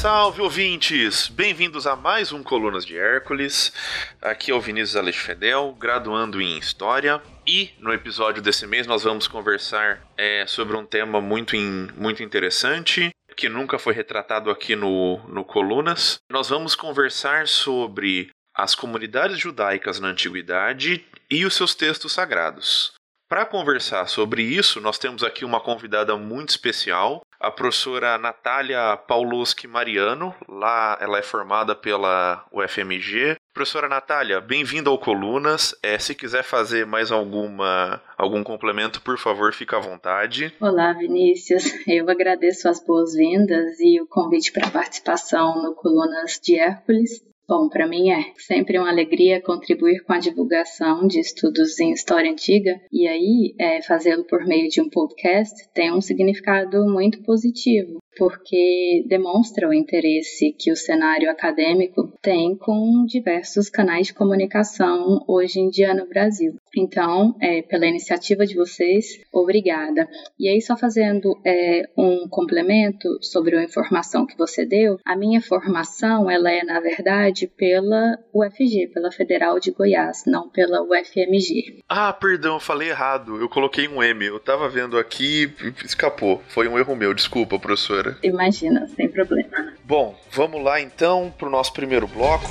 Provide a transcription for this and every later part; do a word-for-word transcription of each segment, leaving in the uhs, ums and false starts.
Salve, ouvintes! Bem-vindos a mais um Colunas de Hércules. Aqui é o Vinícius Aleixo Fedel, graduando em História. E no episódio desse mês nós vamos conversar é, sobre um tema muito, in, muito interessante, que nunca foi retratado aqui no, no Colunas. Nós vamos conversar sobre as comunidades judaicas na Antiguidade e os seus textos sagrados. Para conversar sobre isso, nós temos aqui uma convidada muito especial, a professora Natália Pawlowski Mariano. Lá ela é formada pela U F M G. Professora Natália, bem-vinda ao Colunas. É, se quiser fazer mais alguma, algum complemento, por favor, fique à vontade. Olá, Vinícius. Eu agradeço as boas-vindas e o convite para participação no Colunas de Hércules. Bom, para mim é sempre uma alegria contribuir com a divulgação de estudos em história antiga, e aí é, fazê-lo por meio de um podcast tem um significado muito positivo, porque demonstra o interesse que o cenário acadêmico tem com diversos canais de comunicação hoje em dia no Brasil. Então, é, pela iniciativa de vocês, obrigada. E aí, só fazendo é, um complemento sobre a informação que você deu, a minha formação, ela é, na verdade, pela U F G, pela Federal de Goiás, não pela U F M G. Ah, perdão, eu falei errado, eu coloquei um M, eu tava vendo aqui e escapou, foi um erro meu, desculpa, professora. Imagina, sem problema. Bom, vamos lá então pro nosso primeiro bloco.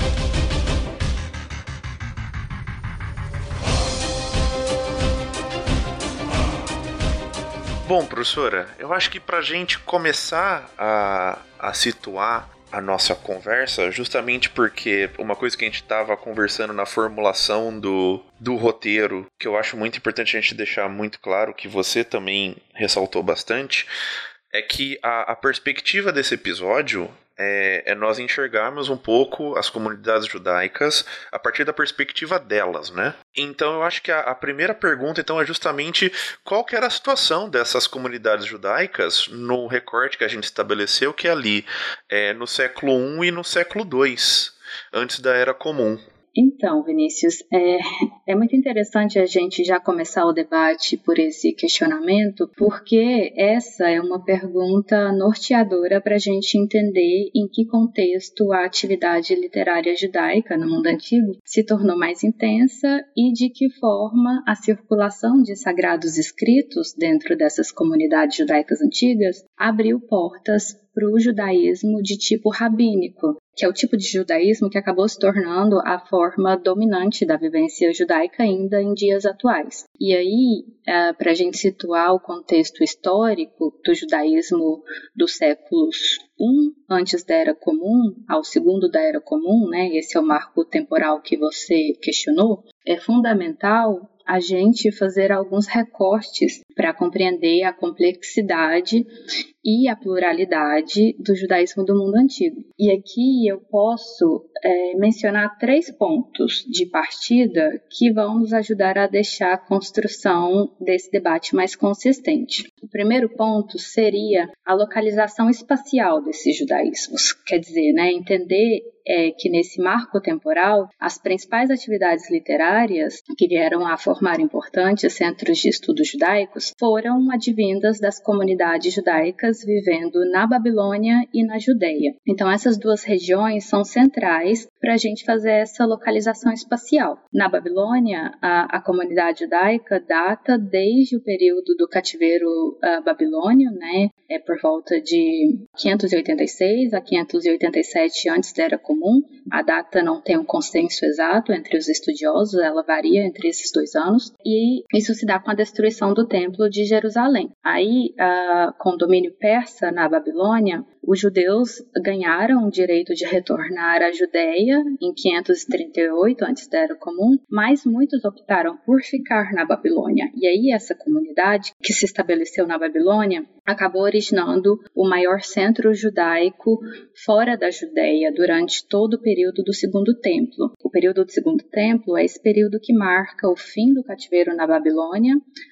Bom, professora, eu acho que para a gente começar a, a situar a nossa conversa, justamente porque uma coisa que a gente estava conversando na formulação do, do roteiro, que eu acho muito importante a gente deixar muito claro, que você também ressaltou bastante, é que a, a perspectiva desse episódio é, é nós enxergarmos um pouco as comunidades judaicas a partir da perspectiva delas, né? Então eu acho que a, a primeira pergunta então é justamente qual que era a situação dessas comunidades judaicas no recorte que a gente estabeleceu, que é ali é, no século I e no século dois, antes da Era Comum. Então, Vinícius, é, é muito interessante a gente já começar o debate por esse questionamento, porque essa é uma pergunta norteadora para a gente entender em que contexto a atividade literária judaica no mundo antigo se tornou mais intensa e de que forma a circulação de sagrados escritos dentro dessas comunidades judaicas antigas abriu portas para o judaísmo de tipo rabínico, que é o tipo de judaísmo que acabou se tornando a forma dominante da vivência judaica ainda em dias atuais. E aí, para a gente situar o contexto histórico do judaísmo dos séculos I, antes da Era Comum, ao segundo da Era Comum, né, esse é o marco temporal que você questionou, é fundamental a gente fazer alguns recortes para compreender a complexidade e a pluralidade do judaísmo do mundo antigo. E aqui eu posso é, mencionar três pontos de partida que vão nos ajudar a deixar a construção desse debate mais consistente. O primeiro ponto seria a localização espacial desses judaísmos, quer dizer, né, entender é que nesse marco temporal, as principais atividades literárias que vieram a formar importantes centros de estudos judaicos foram advindas das comunidades judaicas vivendo na Babilônia e na Judeia. Então, essas duas regiões são centrais para a gente fazer essa localização espacial. Na Babilônia, a, a comunidade judaica data desde o período do cativeiro uh, babilônio, né, é por volta de quinhentos e oitenta e seis a quinhentos e oitenta e sete antes da Era Comum. A data não tem um consenso exato entre os estudiosos, ela varia entre esses dois anos, e isso se dá com a destruição do Templo de Jerusalém. Aí, uh, com o domínio persa na Babilônia, os judeus ganharam o direito de retornar à Judeia em quinhentos e trinta e oito, antes da Era Comum, mas muitos optaram por ficar na Babilônia. E aí essa comunidade que se estabeleceu na Babilônia acabou originando o maior centro judaico fora da Judeia durante todo o período do Segundo Templo. O período do Segundo Templo é esse período que marca o fim do cativeiro na Babilônia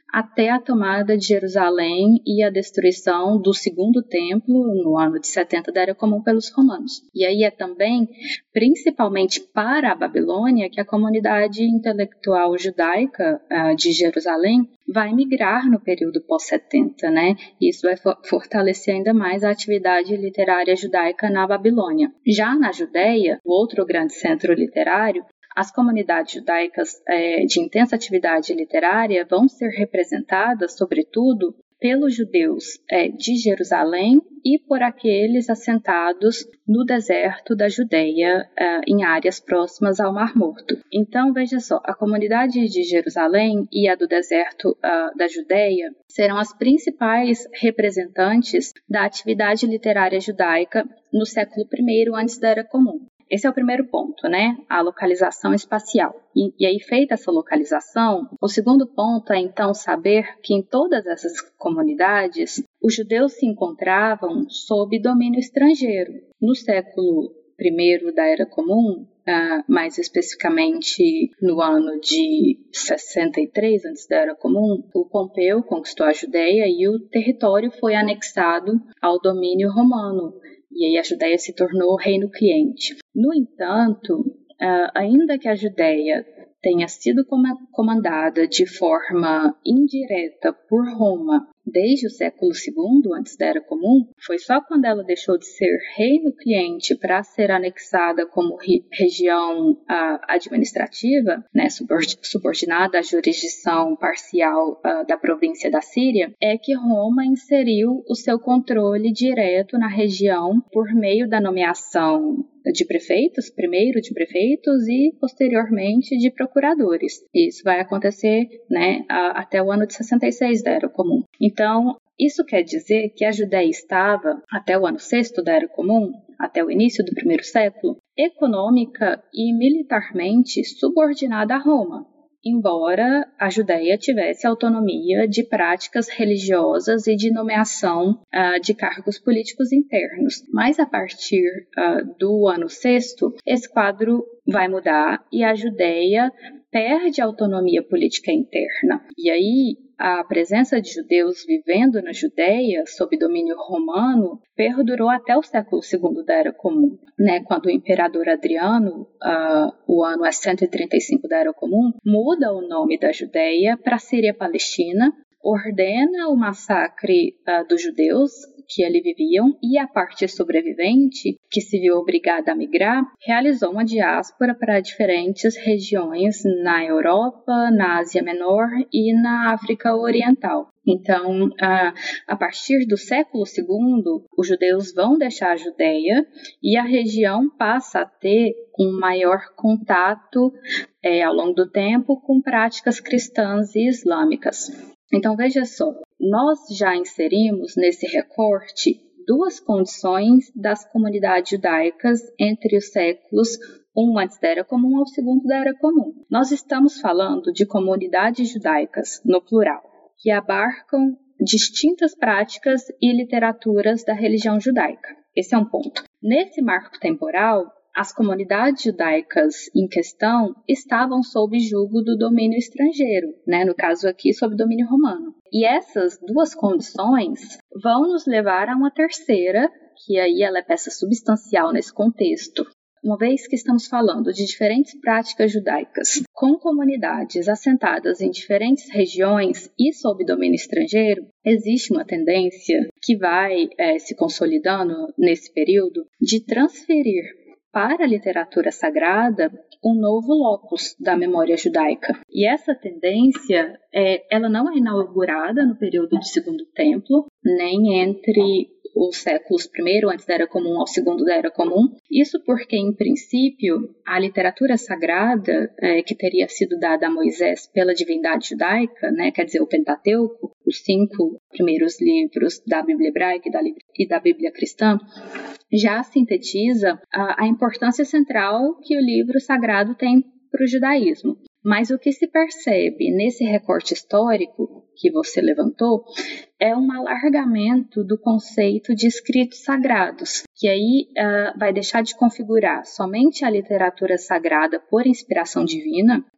até a tomada de Jerusalém e a destruição do segundo templo no ano de setenta da Era Comum pelos romanos. E aí é também, principalmente para a Babilônia, que a comunidade intelectual judaica uh, de Jerusalém vai migrar no período pós-setenta, né? Isso vai fortalecer ainda mais a atividade literária judaica na Babilônia. Já na Judéia, o outro grande centro literário, as comunidades judaicas é, de intensa atividade literária vão ser representadas, sobretudo, pelos judeus é, de Jerusalém e por aqueles assentados no deserto da Judéia, é, em áreas próximas ao Mar Morto. Então, veja só, a comunidade de Jerusalém e a do deserto uh, da Judéia serão as principais representantes da atividade literária judaica no século primeiro antes da Era Comum. Esse é o primeiro ponto, né? A localização espacial. E, e aí, feita essa localização, o segundo ponto é, então, saber que em todas essas comunidades, os judeus se encontravam sob domínio estrangeiro. No século primeiro da Era Comum, uh, mais especificamente no ano de sessenta e três, antes da Era Comum, o Pompeu conquistou a Judéia e o território foi anexado ao domínio romano. E aí a Judéia se tornou reino cliente. No entanto, uh, ainda que a Judéia tenha sido comandada de forma indireta por Roma desde o século segundo, antes da Era Comum, foi só quando ela deixou de ser reino cliente para ser anexada como re- região uh, administrativa, né, subordinada à jurisdição parcial uh, da província da Síria, é que Roma inseriu o seu controle direto na região por meio da nomeação de prefeitos, primeiro de prefeitos e posteriormente de procuradores. Isso vai acontecer, né, a, até o ano de sessenta e seis da Era Comum. Então, isso quer dizer que a Judéia estava, até o ano sexto da Era Comum, até o início do primeiro século, econômica e militarmente subordinada a Roma, embora a Judéia tivesse autonomia de práticas religiosas e de nomeação uh, de cargos políticos internos. Mas a partir uh, do ano sexto, esse quadro vai mudar e a Judéia perde a autonomia política interna. E aí, a presença de judeus vivendo na Judéia, sob domínio romano, perdurou até o século segundo da Era Comum, né? Quando o imperador Adriano, uh, o ano é cento e trinta e cinco da Era Comum, muda o nome da Judéia para Síria-Palestina, ordena o massacre uh, dos judeus que ali viviam e a parte sobrevivente, que se viu obrigada a migrar, realizou uma diáspora para diferentes regiões na Europa, na Ásia Menor e na África Oriental. Então, a, a partir do século segundo, os judeus vão deixar a Judéia e a região passa a ter um maior contato é, ao longo do tempo com práticas cristãs e islâmicas. Então, veja só, nós já inserimos nesse recorte duas condições das comunidades judaicas entre os séculos um antes da Era Comum ao segundo da Era Comum. Nós estamos falando de comunidades judaicas, no plural, que abarcam distintas práticas e literaturas da religião judaica. Esse é um ponto. Nesse marco temporal, as comunidades judaicas em questão estavam sob julgo do domínio estrangeiro, né? No caso aqui, sob domínio romano. E essas duas condições vão nos levar a uma terceira, que aí ela é peça substancial nesse contexto. Uma vez que estamos falando de diferentes práticas judaicas com comunidades assentadas em diferentes regiões e sob domínio estrangeiro, existe uma tendência que vai é, se consolidando nesse período de transferir para a literatura sagrada um novo locus da memória judaica. E essa tendência, é, ela não é inaugurada no período do Segundo Templo, nem entre os séculos primeiro antes da Era Comum ao segundo da Era Comum. Isso porque, em princípio, a literatura sagrada é, que teria sido dada a Moisés pela divindade judaica, né, quer dizer, o Pentateuco, os cinco primeiros livros da Bíblia hebraica e da, e da Bíblia cristã, já sintetiza a, a importância central que o livro sagrado tem para o judaísmo. Mas o que se percebe nesse recorte histórico que você levantou é um alargamento do conceito de escritos sagrados, que aí uh, vai deixar de configurar somente a literatura sagrada por inspiração divina,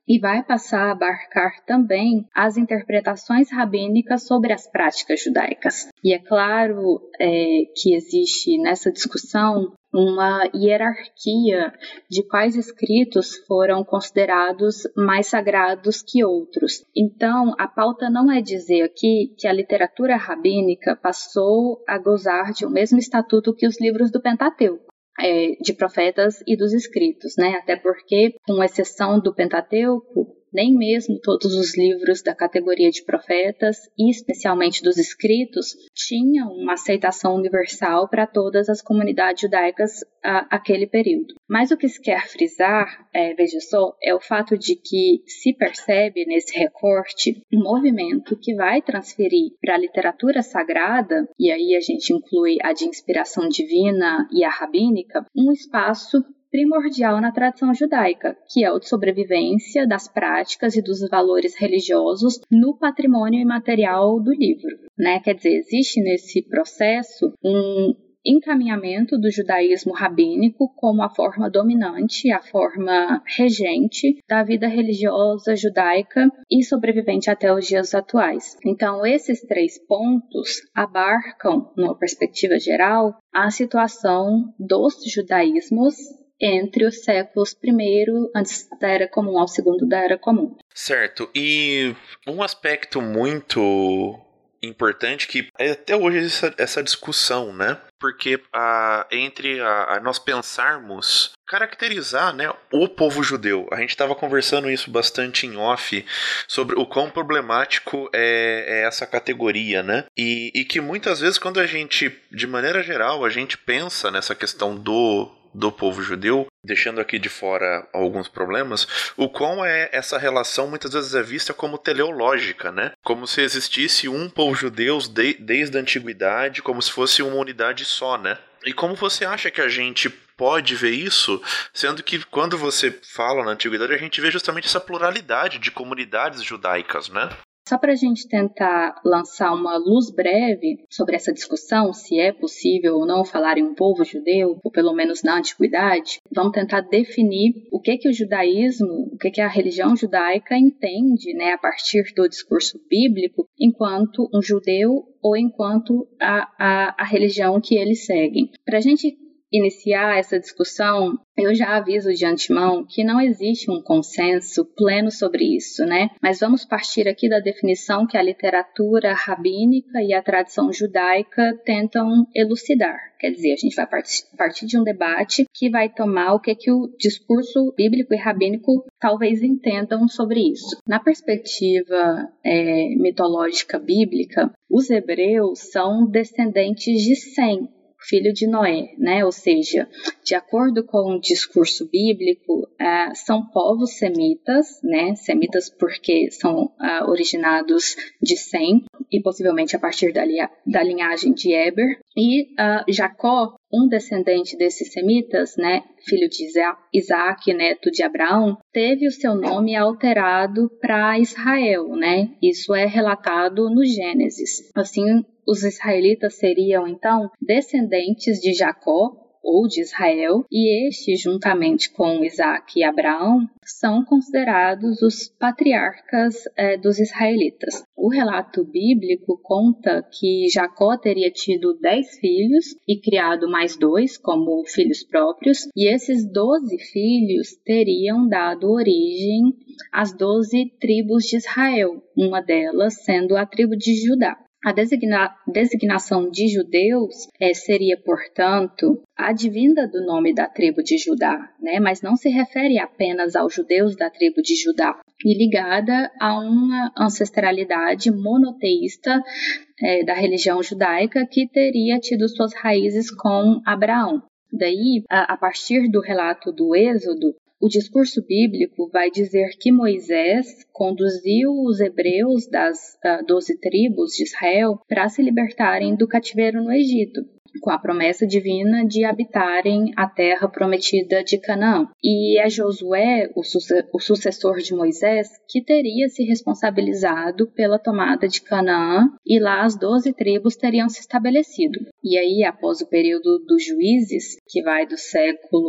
e vai passar a abarcar também as interpretações rabínicas sobre as práticas judaicas. E é claro é, que existe nessa discussão uma hierarquia de quais escritos foram considerados mais sagrados que outros. Então, a pauta não é dizer aqui que a literatura rabínica passou a gozar de o mesmo estatuto que os livros do Pentateuco, é, de profetas e dos escritos, né? Até porque, com exceção do Pentateuco, nem mesmo todos os livros da categoria de profetas, e especialmente dos escritos, tinham uma aceitação universal para todas as comunidades judaicas àquele período. Mas o que se quer frisar, é, veja só, é o fato de que se percebe nesse recorte um movimento que vai transferir para a literatura sagrada, e aí a gente inclui a de inspiração divina e a rabínica, um espaço primordial na tradição judaica, que é o de sobrevivência das práticas e dos valores religiosos no patrimônio imaterial do livro, né? Quer dizer, existe nesse processo um encaminhamento do judaísmo rabínico como a forma dominante, a forma regente da vida religiosa judaica e sobrevivente até os dias atuais. Então, esses três pontos abarcam, numa perspectiva geral, a situação dos judaísmos entre os séculos primeiro, antes da Era Comum, ao segundo da Era Comum. Certo. E um aspecto muito importante que é até hoje essa, essa discussão, né? Porque a, entre a, a nós pensarmos, caracterizar, né, o povo judeu. A gente estava conversando isso bastante em off, sobre o quão problemático é, é essa categoria, né? E, e que muitas vezes quando a gente, de maneira geral, a gente pensa nessa questão do... do povo judeu, deixando aqui de fora alguns problemas, o quão é essa relação muitas vezes é vista como teleológica, né? Como se existisse um povo judeu de, desde a antiguidade, como se fosse uma unidade só, né? E como você acha que a gente pode ver isso, sendo que quando você fala na antiguidade, a gente vê justamente essa pluralidade de comunidades judaicas, né? Só para a gente tentar lançar uma luz breve sobre essa discussão, se é possível ou não falar em um povo judeu, ou pelo menos na antiguidade, vamos tentar definir o que que o judaísmo, o que que a religião judaica entende, né, a partir do discurso bíblico, enquanto um judeu ou enquanto a, a, a religião que eles seguem. Para a gente iniciar essa discussão, eu já aviso de antemão que não existe um consenso pleno sobre isso, né? Mas vamos partir aqui da definição que a literatura rabínica e a tradição judaica tentam elucidar. Quer dizer, a gente vai partir de um debate que vai tomar o que, que o discurso bíblico e rabínico talvez entendam sobre isso. Na perspectiva é, mitológica bíblica, os hebreus são descendentes de Sem, filho de Noé, né? Ou seja, de acordo com o discurso bíblico, uh, são povos semitas, né? Semitas porque são uh, originados de Sem e possivelmente a partir da, li- da linhagem de Eber. E uh, Jacó, um descendente desses semitas, né? Filho de Isaac, neto de Abraão, teve o seu nome alterado para Israel, né? Isso é relatado no Gênesis. Assim, os israelitas seriam, então, descendentes de Jacó, ou de Israel, e estes, juntamente com Isaac e Abraão, são considerados os patriarcas eh, dos israelitas. O relato bíblico conta que Jacó teria tido dez filhos e criado mais dois como filhos próprios, e esses doze filhos teriam dado origem às doze tribos de Israel, uma delas sendo a tribo de Judá. A designa- designação de judeus é, seria, portanto, advinda do nome da tribo de Judá, né? Mas não se refere apenas aos judeus da tribo de Judá, e ligada a uma ancestralidade monoteísta é, da religião judaica que teria tido suas raízes com Abraão. Daí, a, a partir do relato do Êxodo, o discurso bíblico vai dizer que Moisés conduziu os hebreus das uh, doze tribos de Israel para se libertarem do cativeiro no Egito, com a promessa divina de habitarem a terra prometida de Canaã. E é Josué, o, suce- o sucessor de Moisés, que teria se responsabilizado pela tomada de Canaã, e lá as doze tribos teriam se estabelecido. E aí, após o período dos juízes, que vai do século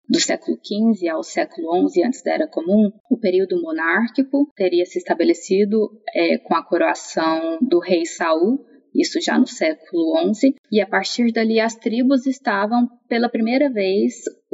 do século quinze ao século onze antes da Era Comum, o período monárquico teria se estabelecido é, com a coroação do rei Saul, isso já no século onze, e a partir dali as tribos estavam pela primeira vez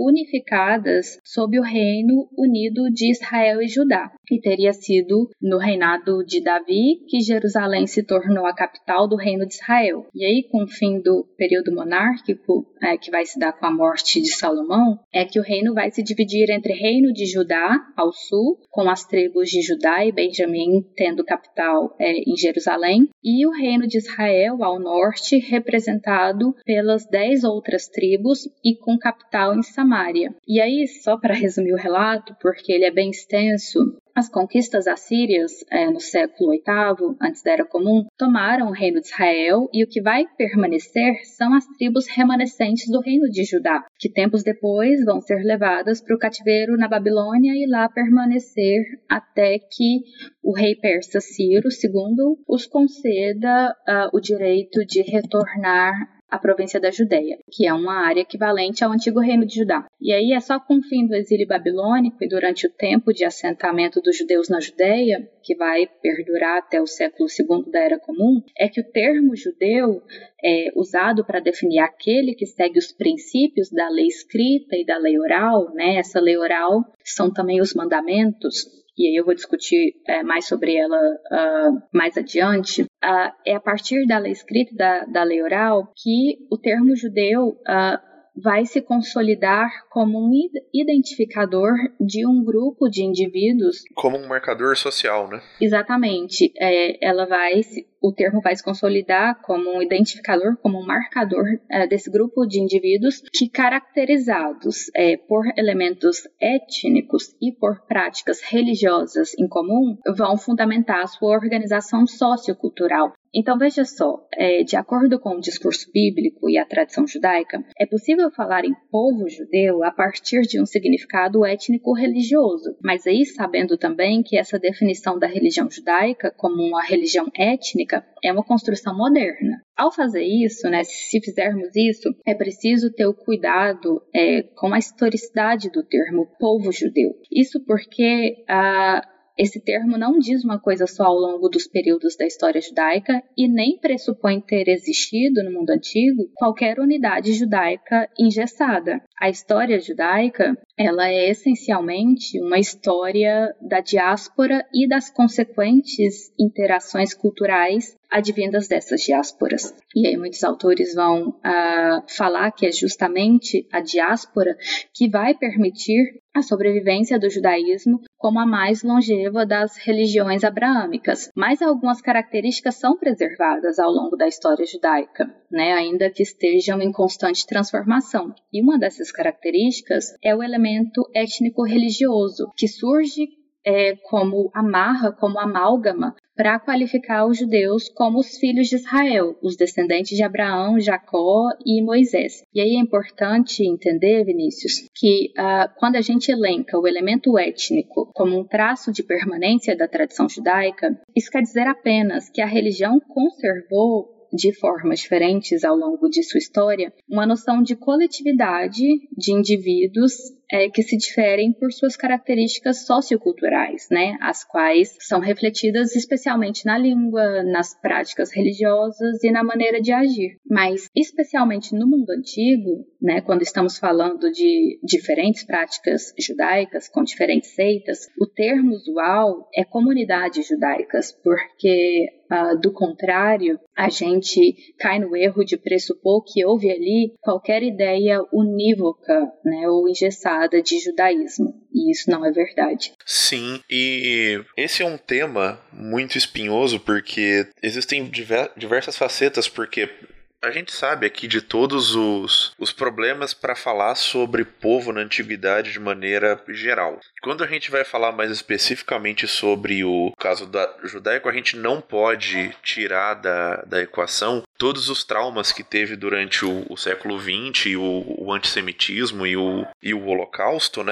unificadas sob o reino unido de Israel e Judá. E teria sido no reinado de Davi que Jerusalém se tornou a capital do reino de Israel. E aí, com o fim do período monárquico, é, que vai se dar com a morte de Salomão, é que o reino vai se dividir entre reino de Judá, ao sul, com as tribos de Judá e Benjamim tendo capital é, em Jerusalém, e o reino de Israel, ao norte, representado pelas dez outras tribos e com capital em Samária. E aí, só para resumir o relato, porque ele é bem extenso, as conquistas assírias é, no século oitavo, antes da Era Comum, tomaram o reino de Israel e o que vai permanecer são as tribos remanescentes do reino de Judá, que tempos depois vão ser levadas para o cativeiro na Babilônia e lá permanecer até que o rei persa Ciro segundo os conceda uh, o direito de retornar a província da Judéia, que é uma área equivalente ao antigo reino de Judá. E aí é só com o fim do exílio babilônico e durante o tempo de assentamento dos judeus na Judéia, que vai perdurar até o século segundo da Era Comum, é que o termo judeu é usado para definir aquele que segue os princípios da lei escrita e da lei oral, né? Essa lei oral são também os mandamentos, e aí eu vou discutir é, mais sobre ela uh, mais adiante, uh, é a partir da lei escrita e da, da lei oral que o termo judeu uh, vai se consolidar como um identificador de um grupo de indivíduos. Como um marcador social, né? Exatamente. É, ela vai se, o termo vai se consolidar como um identificador, como um marcador é, desse grupo de indivíduos que, caracterizados é, por elementos étnicos e por práticas religiosas em comum, vão fundamentar a sua organização sociocultural. Então, veja só, é, de acordo com o discurso bíblico e a tradição judaica, é possível falar em povo judeu a partir de um significado étnico-religioso, mas aí sabendo também que essa definição da religião judaica como uma religião étnica é uma construção moderna. Ao fazer isso, né, se fizermos isso, é preciso ter o cuidado é, com a historicidade do termo povo judeu. Isso porque a Esse termo não diz uma coisa só ao longo dos períodos da história judaica e nem pressupõe ter existido no mundo antigo qualquer unidade judaica engessada. A história judaica, ela é essencialmente uma história da diáspora e das consequentes interações culturais advindas dessas diásporas. E aí muitos autores vão uh, falar que é justamente a diáspora que vai permitir a sobrevivência do judaísmo como a mais longeva das religiões abraâmicas. Mas algumas características são preservadas ao longo da história judaica, né, ainda que estejam em constante transformação. E uma dessas características é o elemento étnico-religioso, que surge é, como amarra, como amálgama, para qualificar os judeus como os filhos de Israel, os descendentes de Abraão, Jacó e Moisés. E aí é importante entender, Vinícius, que uh, quando a gente elenca o elemento étnico como um traço de permanência da tradição judaica, isso quer dizer apenas que a religião conservou de formas diferentes ao longo de sua história, uma noção de coletividade de indivíduos é, que se diferem por suas características socioculturais, né, as quais são refletidas especialmente na língua, nas práticas religiosas e na maneira de agir. Mas, especialmente no mundo antigo, né, quando estamos falando de diferentes práticas judaicas com diferentes seitas, o termo usual é comunidades judaicas, porque Uh, do contrário, a gente cai no erro de pressupor que houve ali qualquer ideia unívoca, né, ou engessada de judaísmo. E isso não é verdade. Sim, e esse é um tema muito espinhoso porque existem diver- diversas facetas, porque a gente sabe aqui de todos os, os problemas para falar sobre povo na antiguidade de maneira geral. Quando a gente vai falar mais especificamente sobre o caso da judaico, a gente não pode tirar da, da equação todos os traumas que teve durante o, o século vinte, o, o antissemitismo e o, e o holocausto, né?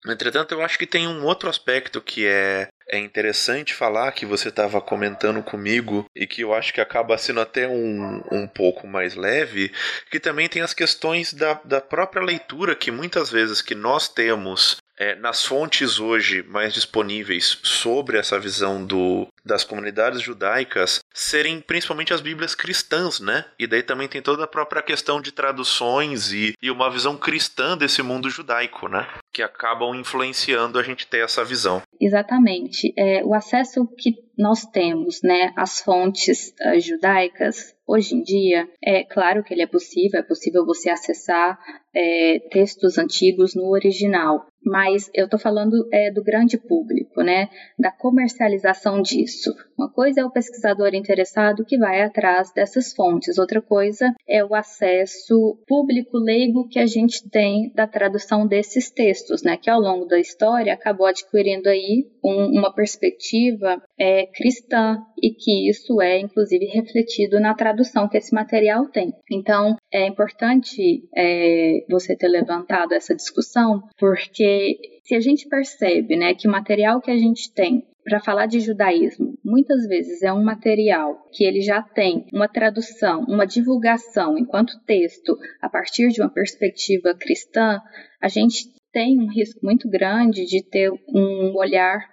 Entretanto, eu acho que tem um outro aspecto que é, é interessante falar, que você estava comentando comigo, e que eu acho que acaba sendo até um, um pouco mais leve, que também tem as questões da, da própria leitura, que muitas vezes que nós temos É, nas fontes hoje mais disponíveis sobre essa visão do, das comunidades judaicas serem principalmente as bíblias cristãs, né? E daí também tem toda a própria questão de traduções e, e uma visão cristã desse mundo judaico, né? Que acabam influenciando a gente ter essa visão. Exatamente. É, o acesso que nós temos, né, às fontes uh, judaicas, hoje em dia, é claro que ele é possível, é possível você acessar é, textos antigos no original, mas eu estou falando é, do grande público, né, da comercialização disso. Uma coisa é o pesquisador interessado que vai atrás dessas fontes, outra coisa é o acesso público leigo que a gente tem da tradução desses textos, né, que ao longo da história acabou adquirindo aí um, uma perspectiva é, cristã, e que isso é inclusive refletido na tradução que esse material tem. Então é importante é, você ter levantado essa discussão, porque se a gente percebe, né, que o material que a gente tem para falar de judaísmo muitas vezes é um material que ele já tem uma tradução, uma divulgação enquanto texto a partir de uma perspectiva cristã, a gente tem um risco muito grande de ter um olhar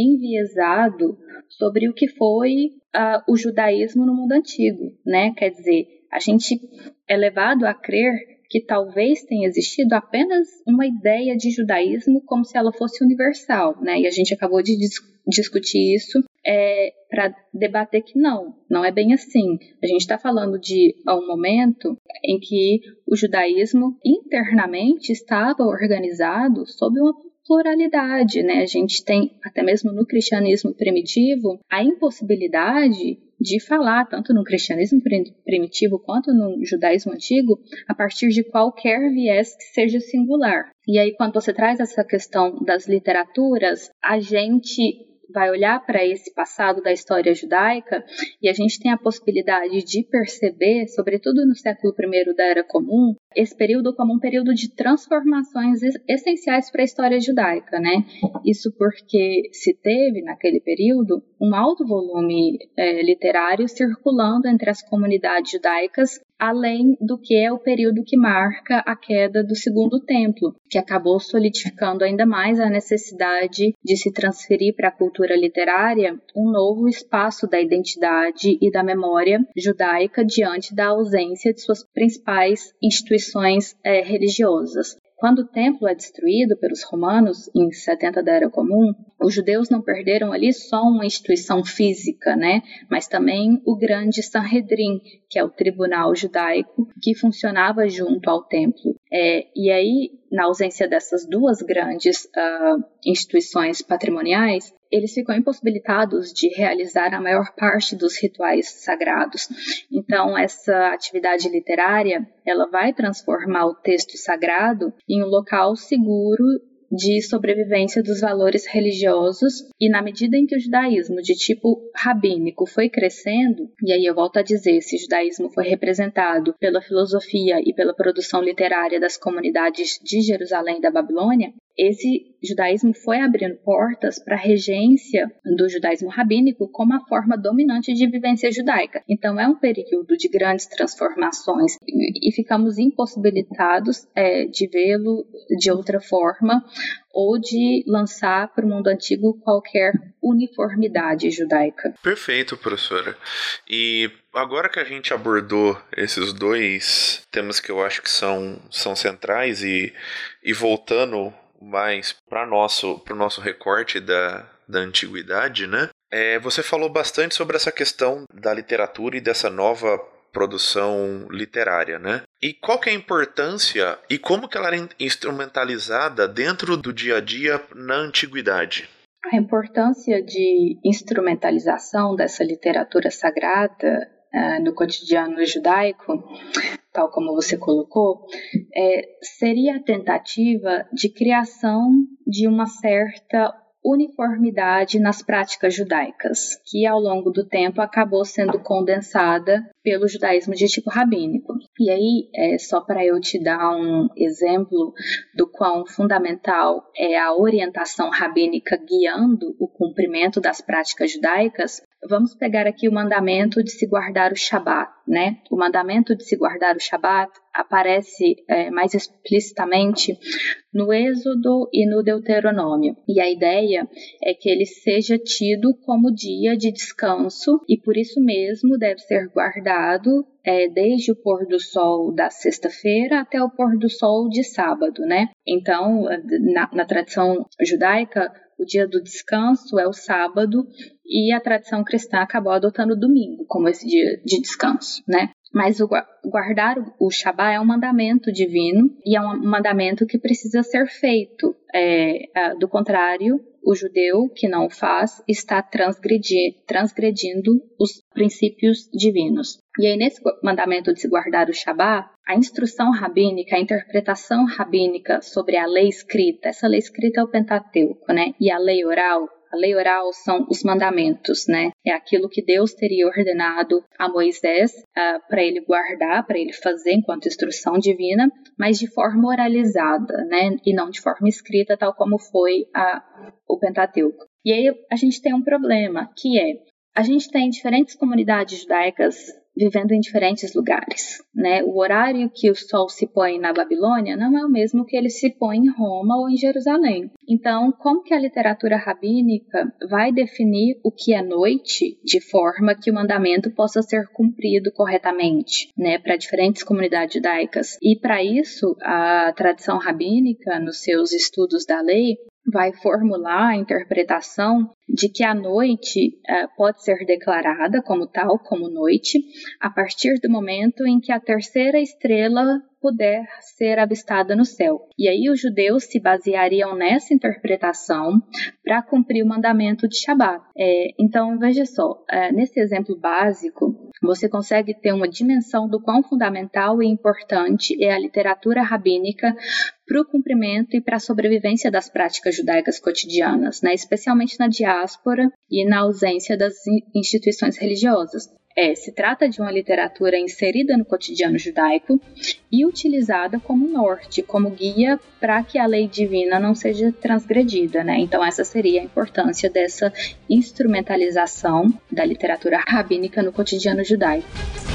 enviesado sobre o que foi uh, o judaísmo no mundo antigo, né? Quer dizer, a gente é levado a crer que talvez tenha existido apenas uma ideia de judaísmo como se ela fosse universal, né? E a gente acabou de dis- discutir isso é, para debater que não, não é bem assim. A gente está falando de um momento em que o judaísmo internamente estava organizado sob uma pluralidade, né? A gente tem, até mesmo no cristianismo primitivo, a impossibilidade de falar, tanto no cristianismo primitivo quanto no judaísmo antigo, a partir de qualquer viés que seja singular. E aí, quando você traz essa questão das literaturas, a gente vai olhar para esse passado da história judaica e a gente tem a possibilidade de perceber, sobretudo no século primeiro da Era Comum, esse período como um período de transformações essenciais para a história judaica, né? Isso porque se teve, naquele período, um alto volume é, literário circulando entre as comunidades judaicas, além do que é o período que marca a queda do Segundo Templo, que acabou solidificando ainda mais a necessidade de se transferir para a cultura literária um novo espaço da identidade e da memória judaica diante da ausência de suas principais instituições é, religiosas. Quando o templo é destruído pelos romanos, em setenta da Era Comum, os judeus não perderam ali só uma instituição física, né? Mas também o grande Sanhedrin, que é o tribunal judaico que funcionava junto ao templo. É, e aí, na ausência dessas duas grandes uh, instituições patrimoniais, eles ficam impossibilitados de realizar a maior parte dos rituais sagrados. Então, essa atividade literária, ela vai transformar o texto sagrado em um local seguro de sobrevivência dos valores religiosos, e na medida em que o judaísmo de tipo rabínico foi crescendo, e aí eu volto a dizer, esse judaísmo foi representado pela filosofia e pela produção literária das comunidades de Jerusalém e da Babilônia, esse judaísmo foi abrindo portas para a regência do judaísmo rabínico como a forma dominante de vivência judaica. Então é um período de grandes transformações e ficamos impossibilitados é, de vê-lo de outra forma ou de lançar para o mundo antigo qualquer uniformidade judaica. Perfeito, professora. E agora que a gente abordou esses dois temas que eu acho que são, são centrais e, e voltando mais para nosso, o nosso recorte da, da antiguidade, né? É, você falou bastante sobre essa questão da literatura e dessa nova produção literária, né? E qual que é a importância e como que ela era instrumentalizada dentro do dia a dia na antiguidade? A importância de instrumentalização dessa literatura sagrada uh, no cotidiano judaico, tal como você colocou, é, seria a tentativa de criação de uma certa uniformidade nas práticas judaicas, que ao longo do tempo acabou sendo condensada pelo judaísmo de tipo rabínico. E aí, é, só para eu te dar um exemplo do quão fundamental é a orientação rabínica guiando o cumprimento das práticas judaicas, vamos pegar aqui o mandamento de se guardar o Shabat, né? O mandamento de se guardar o Shabat aparece é, mais explicitamente no Êxodo e no Deuteronômio. E a ideia é que ele seja tido como dia de descanso e por isso mesmo deve ser guardado é, desde o pôr do sol da sexta-feira até o pôr do sol de sábado, né? Então, na, na tradição judaica, o dia do descanso é o sábado e a tradição cristã acabou adotando o domingo como esse dia de descanso, né? Mas o guardar o Shabat é um mandamento divino e é um mandamento que precisa ser feito. É, do contrário, o judeu que não o faz está transgredi- transgredindo os princípios divinos. E aí, nesse mandamento de se guardar o Shabat, a instrução rabínica, a interpretação rabínica sobre a lei escrita, essa lei escrita é o Pentateuco, né? E a lei oral, a lei oral são os mandamentos, né? É aquilo que Deus teria ordenado a Moisés uh, para ele guardar, para ele fazer enquanto instrução divina, mas de forma oralizada, né? E não de forma escrita, tal como foi a, o Pentateuco. E aí a gente tem um problema, que é, a gente tem diferentes comunidades judaicas vivendo em diferentes lugares, né? O horário que o sol se põe na Babilônia não é o mesmo que ele se põe em Roma ou em Jerusalém. Então, como que a literatura rabínica vai definir o que é noite de forma que o mandamento possa ser cumprido corretamente, né? Para diferentes comunidades judaicas. E para isso, a tradição rabínica, nos seus estudos da lei, vai formular a interpretação de que a noite uh, pode ser declarada como tal, como noite, a partir do momento em que a terceira estrela puder ser avistada no céu. E aí os judeus se baseariam nessa interpretação para cumprir o mandamento de Shabat. É, então, veja só, é, nesse exemplo básico, você consegue ter uma dimensão do quão fundamental e importante é a literatura rabínica para o cumprimento e para a sobrevivência das práticas judaicas cotidianas, né? Especialmente na diáspora e na ausência das instituições religiosas. É, se trata de uma literatura inserida no cotidiano judaico e utilizada como norte, como guia para que a lei divina não seja transgredida, né? Então essa seria a importância dessa instrumentalização da literatura rabínica no cotidiano judaico.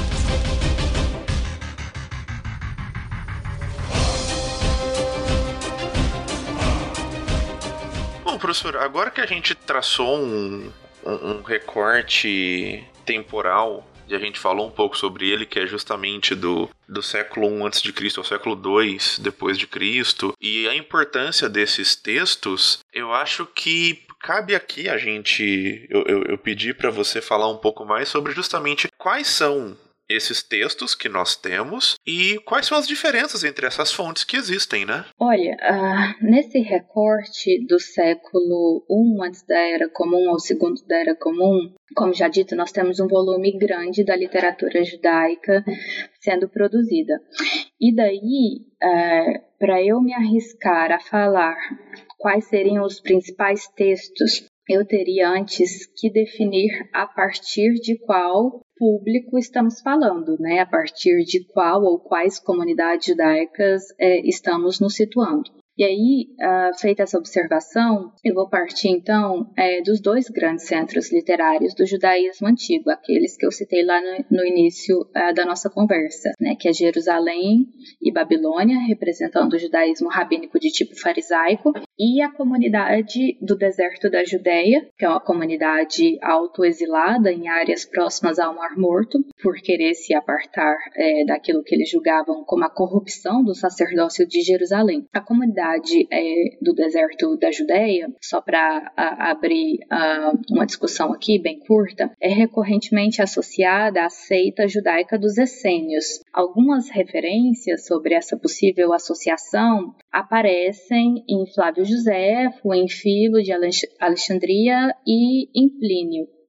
Bom, professor, agora que a gente traçou um, um, um recorte temporal, e a gente falou um pouco sobre ele, que é justamente do, do século I antes de Cristo ao século dois depois de Cristo, e a importância desses textos, eu acho que cabe aqui a gente, eu, eu, eu pedi para você falar um pouco mais sobre justamente quais são esses textos que nós temos e quais são as diferenças entre essas fontes que existem, né? Olha, uh, nesse recorte do século I antes da Era Comum ao segundo da Era Comum, como já dito, nós temos um volume grande da literatura judaica sendo produzida. E daí, uh, para eu me arriscar a falar quais seriam os principais textos, eu teria antes que definir a partir de qual público estamos falando, né? A partir de qual ou quais comunidades judaicas é, estamos nos situando. E aí, uh, feita essa observação, eu vou partir então é, dos dois grandes centros literários do judaísmo antigo, aqueles que eu citei lá no, no início uh, da nossa conversa, né, que é Jerusalém e Babilônia, representando o judaísmo rabínico de tipo farisaico, e a comunidade do deserto da Judéia, que é uma comunidade autoexilada em áreas próximas ao Mar Morto, por querer se apartar é, daquilo que eles julgavam como a corrupção do sacerdócio de Jerusalém. A comunidade É, do deserto da Judéia, só para abrir a, uma discussão aqui bem curta, é recorrentemente associada à seita judaica dos essênios. Algumas referências sobre essa possível associação aparecem em Flávio Joséfo, em Filo de Alexandria e em Plínio.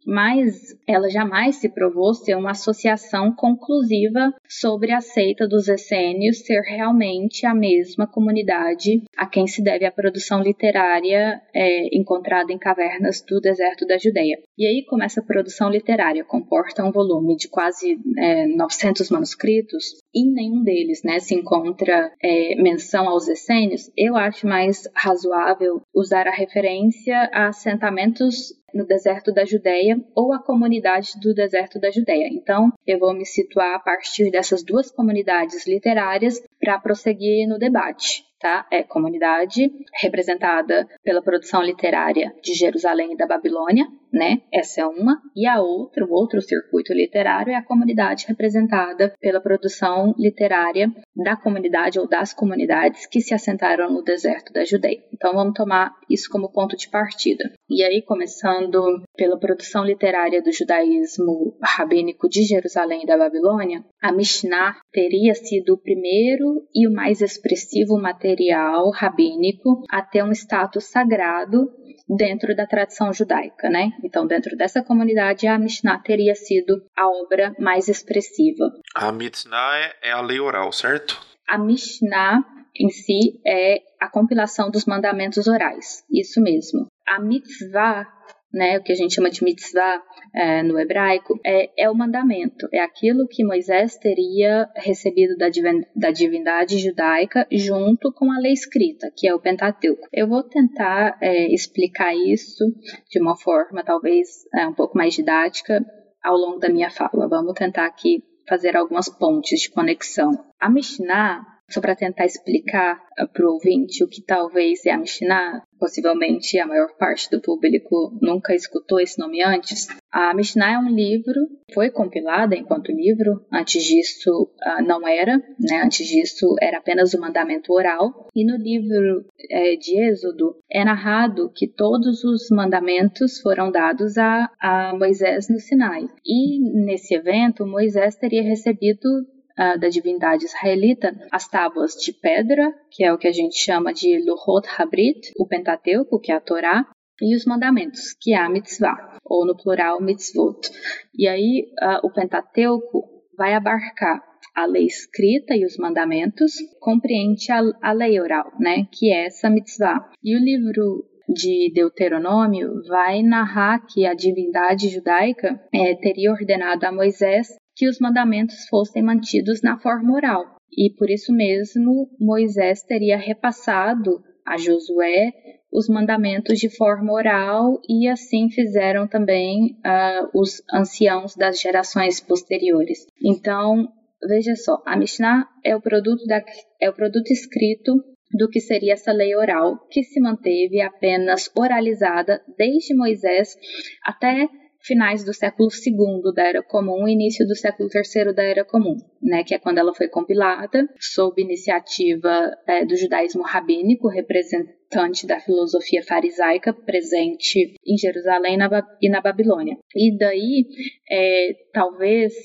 mas ela jamais se provou ser uma associação conclusiva sobre a seita dos essênios ser realmente a mesma comunidade a quem se deve a produção literária é, encontrada em cavernas do deserto da Judeia. E aí, como essa produção literária comporta um volume de quase é, novecentos manuscritos, e em nenhum deles, né, se encontra é, menção aos essênios, eu acho mais razoável usar a referência a assentamentos no deserto da Judeia ou a comunidade do deserto da Judeia. Então, eu vou me situar a partir dessas duas comunidades literárias para prosseguir no debate. Tá? É comunidade representada pela produção literária de Jerusalém e da Babilônia, né? Essa é uma. E a outra, o outro circuito literário é a comunidade representada pela produção literária da comunidade ou das comunidades que se assentaram no deserto da Judeia. Então, vamos tomar isso como ponto de partida. E aí, começando pela produção literária do judaísmo rabínico de Jerusalém e da Babilônia, a Mishnah teria sido o primeiro e o mais expressivo material rabínico a ter um status sagrado dentro da tradição judaica, né? Então, dentro dessa comunidade, a Mishnah teria sido a obra mais expressiva. A Mishnah é a lei oral, certo? A Mishnah em si é a compilação dos mandamentos orais, isso mesmo. A mitzvah, né, o que a gente chama de mitzvah é, no hebraico, é, é o mandamento, é aquilo que Moisés teria recebido da, divin, da divindade judaica junto com a lei escrita, que é o Pentateuco. Eu vou tentar é, explicar isso de uma forma talvez é, um pouco mais didática ao longo da minha fala. Vamos tentar aqui fazer algumas pontes de conexão. A Mishnah, só para tentar explicar para o ouvinte o que talvez é a Mishnah, possivelmente a maior parte do público nunca escutou esse nome antes. A Mishnah é um livro, foi compilada enquanto livro, antes disso uh, não era, né? Antes disso era apenas o mandamento oral. E no livro é, de Êxodo é narrado que todos os mandamentos foram dados a, a Moisés no Sinai. E nesse evento Moisés teria recebido Uh, da divindade israelita, as tábuas de pedra, que é o que a gente chama de Luchot Habrit, o Pentateuco, que é a Torá, e os mandamentos, que é a mitzvah, ou no plural mitzvot. E aí uh, o Pentateuco vai abarcar a lei escrita e os mandamentos, compreende a, a lei oral, né, que é essa mitzvah. E o livro de Deuteronômio vai narrar que a divindade judaica é, teria ordenado a Moisés que os mandamentos fossem mantidos na forma oral. E por isso mesmo, Moisés teria repassado a Josué os mandamentos de forma oral e assim fizeram também uh, os anciãos das gerações posteriores. Então, veja só, a Mishnah é o produto, da, é o produto escrito do que seria essa lei oral, que se manteve apenas oralizada desde Moisés até finais do século segundo da Era Comum e início do século terceiro da Era Comum, né, que é quando ela foi compilada, sob iniciativa é, do judaísmo rabínico, representante da filosofia farisaica presente em Jerusalém na, e na Babilônia. E daí, é, talvez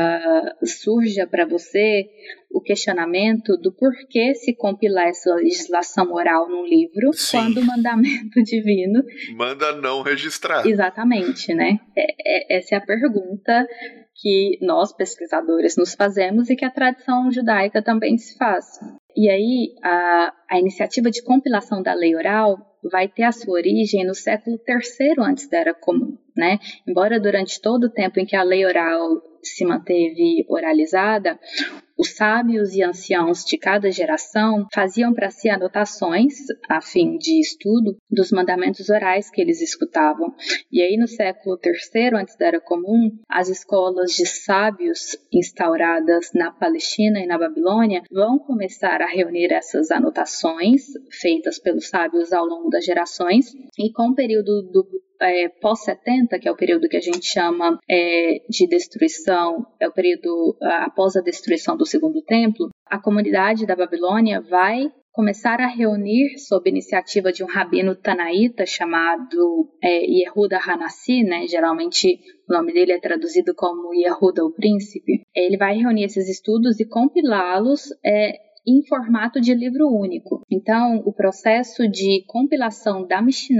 uh, surja para você o questionamento do porquê se compilar essa legislação oral num livro, sim, quando o mandamento divino manda não registrar. Exatamente, né? É, é, essa é a pergunta que nós, pesquisadores, nos fazemos e que a tradição judaica também se faz. E aí, a, a iniciativa de compilação da lei oral vai ter a sua origem no século terceiro antes da Era Comum, né? Embora durante todo o tempo em que a lei oral se manteve oralizada, os sábios e anciãos de cada geração faziam para si anotações, a fim de estudo, dos mandamentos orais que eles escutavam. E aí, no século terceiro antes da Era Comum, as escolas de sábios instauradas na Palestina e na Babilônia vão começar a reunir essas anotações feitas pelos sábios ao longo das gerações, e com o período do É, pós setenta, que é o período que a gente chama é, de destruição, é o período uh, após a destruição do Segundo Templo, a comunidade da Babilônia vai começar a reunir, sob iniciativa de um rabino tanaíta chamado é, Yehuda Hanassi, né? Geralmente o nome dele é traduzido como Yehuda, o príncipe. Ele vai reunir esses estudos e compilá-los é, em formato de livro único. Então, o processo de compilação da Mishnah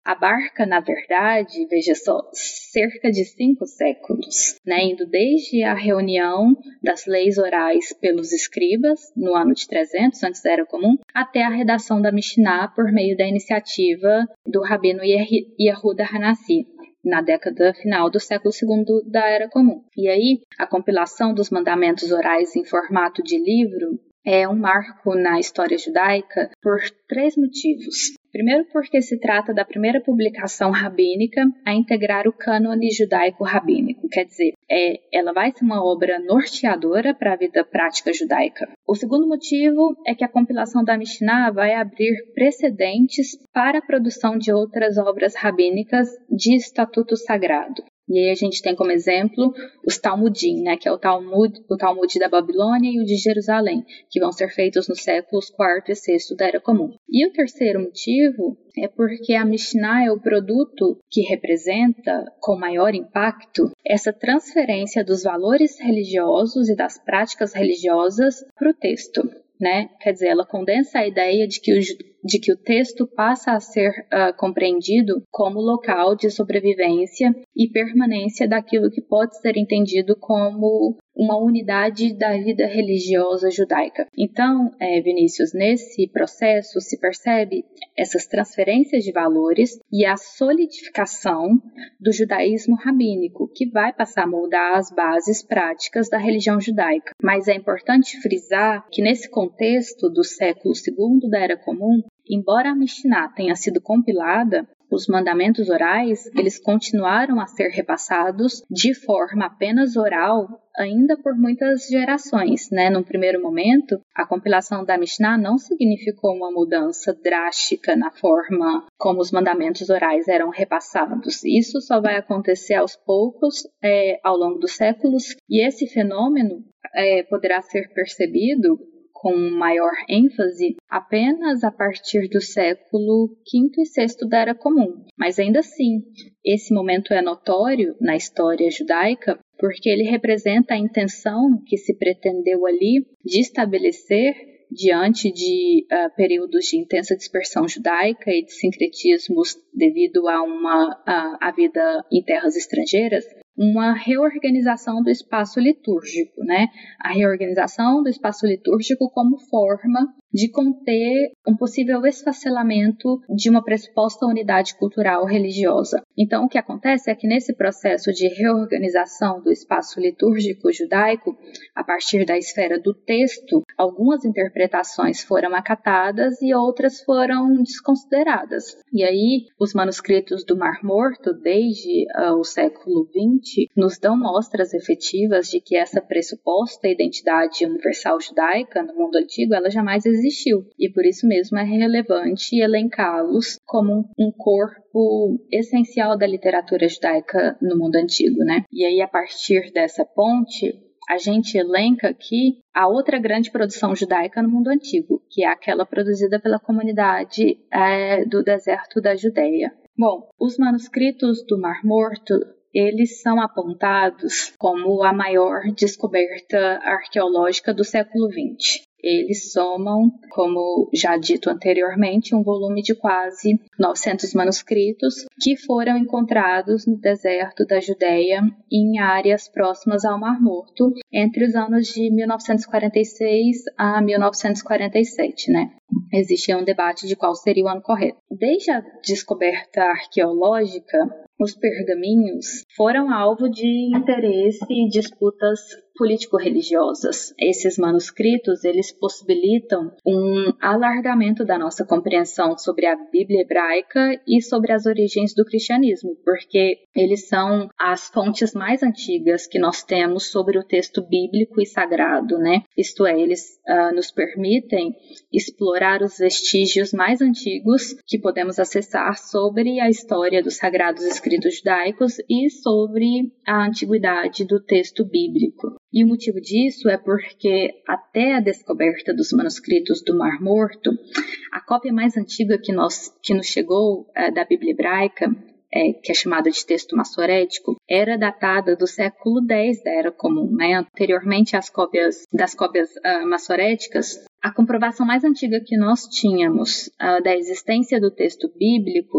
abarca, na verdade, veja só, cerca de cinco séculos, né? Indo desde a reunião das leis orais pelos escribas, no ano de trezentos, antes da Era Comum, até a redação da Mishnah por meio da iniciativa do Rabino Yehuda Hanassi, na década final do século segundo da Era Comum. E aí, a compilação dos mandamentos orais em formato de livro é um marco na história judaica por três motivos. Primeiro, porque se trata da primeira publicação rabínica a integrar o cânone judaico-rabínico, quer dizer, é, ela vai ser uma obra norteadora para a vida prática judaica. O segundo motivo é que a compilação da Mishnah vai abrir precedentes para a produção de outras obras rabínicas de estatuto sagrado. E aí a gente tem como exemplo os Talmudim, né, que é o Talmud, o Talmud da Babilônia e o de Jerusalém, que vão ser feitos nos séculos quarto e sexto da Era Comum. E o terceiro motivo é porque a Mishnah é o produto que representa, com maior impacto, essa transferência dos valores religiosos e das práticas religiosas para o texto. Né? Quer dizer, ela condensa a ideia de que o, de que o texto passa a ser uh, compreendido como local de sobrevivência e permanência daquilo que pode ser entendido como uma unidade da vida religiosa judaica. Então, é, Vinícius, nesse processo se percebe essas transferências de valores e a solidificação do judaísmo rabínico, que vai passar a moldar as bases práticas da religião judaica. Mas é importante frisar que nesse contexto do século segundo da Era Comum, embora a Mishnah tenha sido compilada, os mandamentos orais, eles continuaram a ser repassados de forma apenas oral ainda por muitas gerações, né? Num primeiro momento, a compilação da Mishnah não significou uma mudança drástica na forma como os mandamentos orais eram repassados. Isso só vai acontecer aos poucos, é, ao longo dos séculos, e esse fenômeno é, poderá ser percebido com maior ênfase apenas a partir do século quinto e sexto da Era Comum. Mas ainda assim, esse momento é notório na história judaica porque ele representa a intenção que se pretendeu ali de estabelecer diante de uh, períodos de intensa dispersão judaica e de sincretismos devido a uma a, a vida em terras estrangeiras, uma reorganização do espaço litúrgico, né? A reorganização do espaço litúrgico como forma de conter um possível esfacelamento de uma pressuposta unidade cultural religiosa. Então, o que acontece é que nesse processo de reorganização do espaço litúrgico judaico, a partir da esfera do texto, algumas interpretações foram acatadas e outras foram desconsideradas. E aí, os manuscritos do Mar Morto, desde uh, o século vinte, nos dão mostras efetivas de que essa pressuposta identidade universal judaica no mundo antigo, ela jamais existiu. E por isso mesmo é relevante elencá-los como um corpo essencial da literatura judaica no mundo antigo, né? E aí, a partir dessa ponte, a gente elenca aqui a outra grande produção judaica no mundo antigo, que é aquela produzida pela comunidade é, do deserto da Judéia. Bom, os manuscritos do Mar Morto, eles são apontados como a maior descoberta arqueológica do século vinte. Eles somam, como já dito anteriormente, um volume de quase novecentos manuscritos que foram encontrados no deserto da Judéia em áreas próximas ao Mar Morto entre os anos de mil novecentos e quarenta e seis a mil novecentos e quarenta e sete, né? Existia um debate de qual seria o ano correto. Desde a descoberta arqueológica, os pergaminhos foram alvo de interesse e disputas político-religiosas. Esses manuscritos, eles possibilitam um alargamento da nossa compreensão sobre a Bíblia hebraica e sobre as origens do cristianismo, porque eles são as fontes mais antigas que nós temos sobre o texto bíblico e sagrado, né? Isto é, eles uh, nos permitem explorar os vestígios mais antigos que podemos acessar sobre a história dos sagrados escritos judaicos e sobre a antiguidade do texto bíblico. E o motivo disso é porque, até a descoberta dos manuscritos do Mar Morto, a cópia mais antiga que, nós, que nos chegou é, da Bíblia hebraica, é, que é chamada de texto massorético, era datada do século dez da Era Comum. Né? Anteriormente às cópias, das cópias uh, massoréticas, a comprovação mais antiga que nós tínhamos uh, da existência do texto bíblico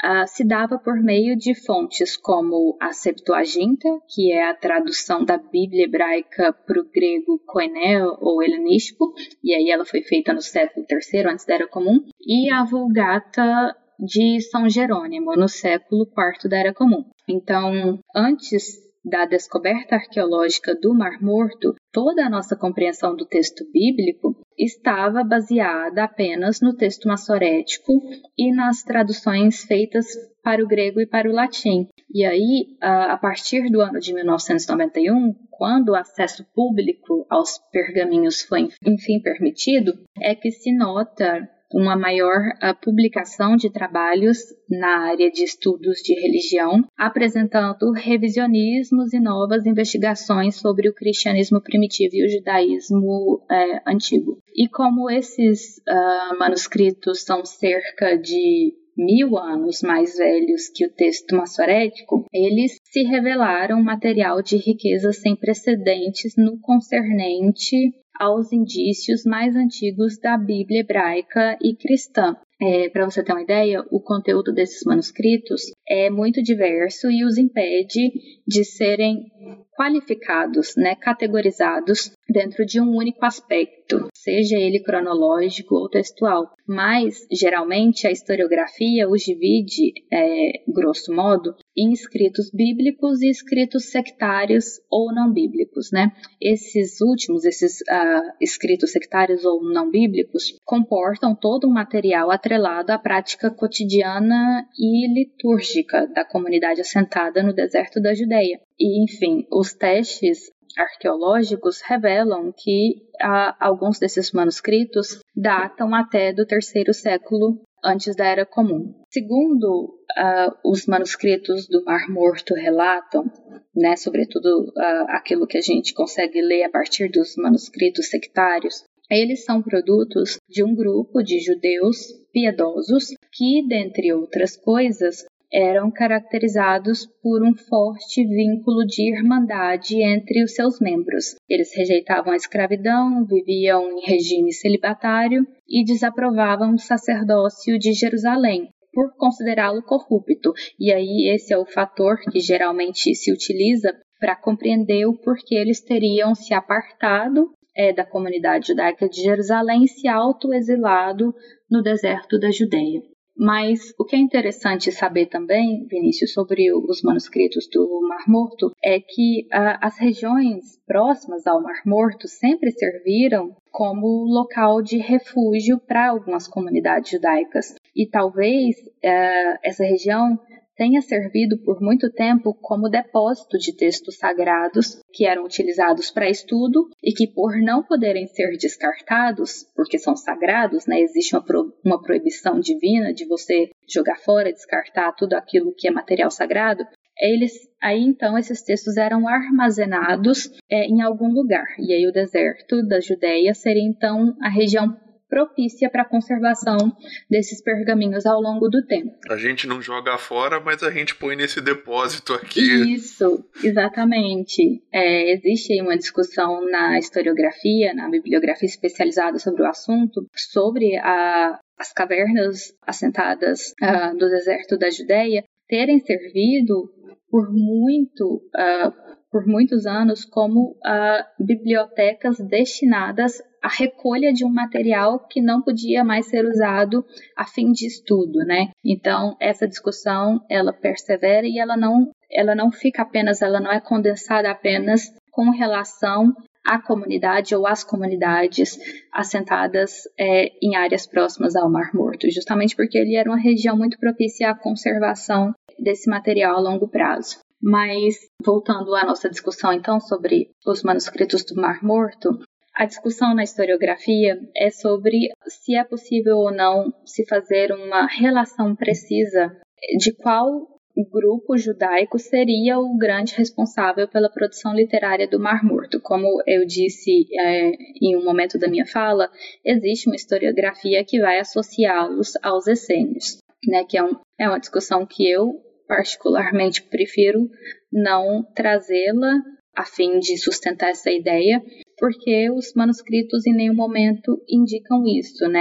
uh, se dava por meio de fontes como a Septuaginta, que é a tradução da Bíblia hebraica para o grego koiné ou helenístico, e aí ela foi feita no século terceiro antes da Era Comum, e a Vulgata de São Jerônimo, no século quarto da Era Comum. Então, antes da descoberta arqueológica do Mar Morto, toda a nossa compreensão do texto bíblico estava baseada apenas no texto massorético e nas traduções feitas para o grego e para o latim. E aí, a partir do ano de mil novecentos e noventa e um, quando o acesso público aos pergaminhos foi, enfim, permitido, é que se nota uma maior uh, publicação de trabalhos na área de estudos de religião, apresentando revisionismos e novas investigações sobre o cristianismo primitivo e o judaísmo uh, antigo. E como esses uh, manuscritos são cerca de mil anos mais velhos que o texto massorético, eles se revelaram material de riqueza sem precedentes no concernente aos indícios mais antigos da Bíblia hebraica e cristã. É, para você ter uma ideia, o conteúdo desses manuscritos é muito diverso e os impede de serem qualificados, né, categorizados dentro de um único aspecto, seja ele cronológico ou textual. Mas, geralmente, a historiografia os divide, é, grosso modo, em escritos bíblicos e escritos sectários ou não bíblicos, né? Esses últimos, esses uh, escritos sectários ou não bíblicos, comportam todo um material atrelado à prática cotidiana e litúrgica da comunidade assentada no deserto da Judeia. E, enfim, os testes arqueológicos revelam que uh, alguns desses manuscritos datam até do terceiro século antes da Era Comum. Segundo uh, os manuscritos do Mar Morto relatam, né, sobretudo uh, aquilo que a gente consegue ler a partir dos manuscritos sectários, eles são produtos de um grupo de judeus piedosos que, dentre outras coisas, eram caracterizados por um forte vínculo de irmandade entre os seus membros. Eles rejeitavam a escravidão, viviam em regime celibatário e desaprovavam o sacerdócio de Jerusalém, por considerá-lo corrupto. E aí esse é o fator que geralmente se utiliza para compreender o porquê eles teriam se apartado é, da comunidade judaica de Jerusalém e se auto-exilado no deserto da Judeia. Mas o que é interessante saber também, Vinícius, sobre os manuscritos do Mar Morto, é que uh, as regiões próximas ao Mar Morto sempre serviram como local de refúgio para algumas comunidades judaicas. E talvez uh, essa região tenha servido por muito tempo como depósito de textos sagrados que eram utilizados para estudo e que, por não poderem ser descartados, porque são sagrados, né, existe uma, pro, uma proibição divina de você jogar fora, descartar tudo aquilo que é material sagrado, eles, aí então esses textos eram armazenados é, em algum lugar. E aí o deserto da Judeia seria então a região propícia para a conservação desses pergaminhos ao longo do tempo. A gente não joga fora, mas a gente põe nesse depósito aqui. Isso, exatamente. É, existe aí uma discussão na historiografia, na bibliografia especializada sobre o assunto, sobre a, as cavernas assentadas uh, no deserto da Judeia terem servido por muito... Uh, por muitos anos como uh, bibliotecas destinadas à recolha de um material que não podia mais ser usado a fim de estudo, né? Então, essa discussão, ela persevera e ela não, ela não fica apenas, ela não é condensada apenas com relação à comunidade ou às comunidades assentadas é, em áreas próximas ao Mar Morto, justamente porque ele era uma região muito propícia à conservação desse material a longo prazo. Mas, voltando à nossa discussão, então, sobre os manuscritos do Mar Morto, a discussão na historiografia é sobre se é possível ou não se fazer uma relação precisa de qual grupo judaico seria o grande responsável pela produção literária do Mar Morto. Como eu disse é, em um momento da minha fala, existe uma historiografia que vai associá-los aos essênios, né, que é, um, é uma discussão que eu particularmente prefiro não trazê-la a fim de sustentar essa ideia, porque os manuscritos em nenhum momento indicam isso, né?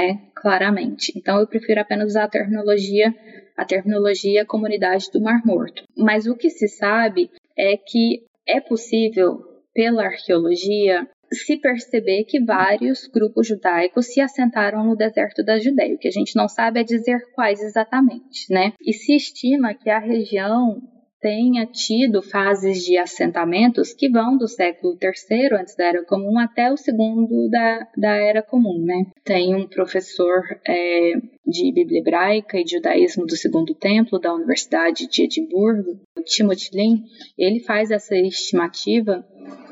claramente. Então eu prefiro apenas usar a terminologia, a terminologia comunidade do Mar Morto. Mas o que se sabe é que é possível, pela arqueologia, se perceber que vários grupos judaicos se assentaram no deserto da Judéia. O que a gente não sabe é dizer quais exatamente, né? E se estima que a região tenha tido fases de assentamentos que vão do século terceiro antes da Era Comum até o segundo da, da Era Comum, né? Tem um professor é, de Bíblia Hebraica e de Judaísmo do Segundo Templo da Universidade de Edimburgo, Timothy Lean, ele faz essa estimativa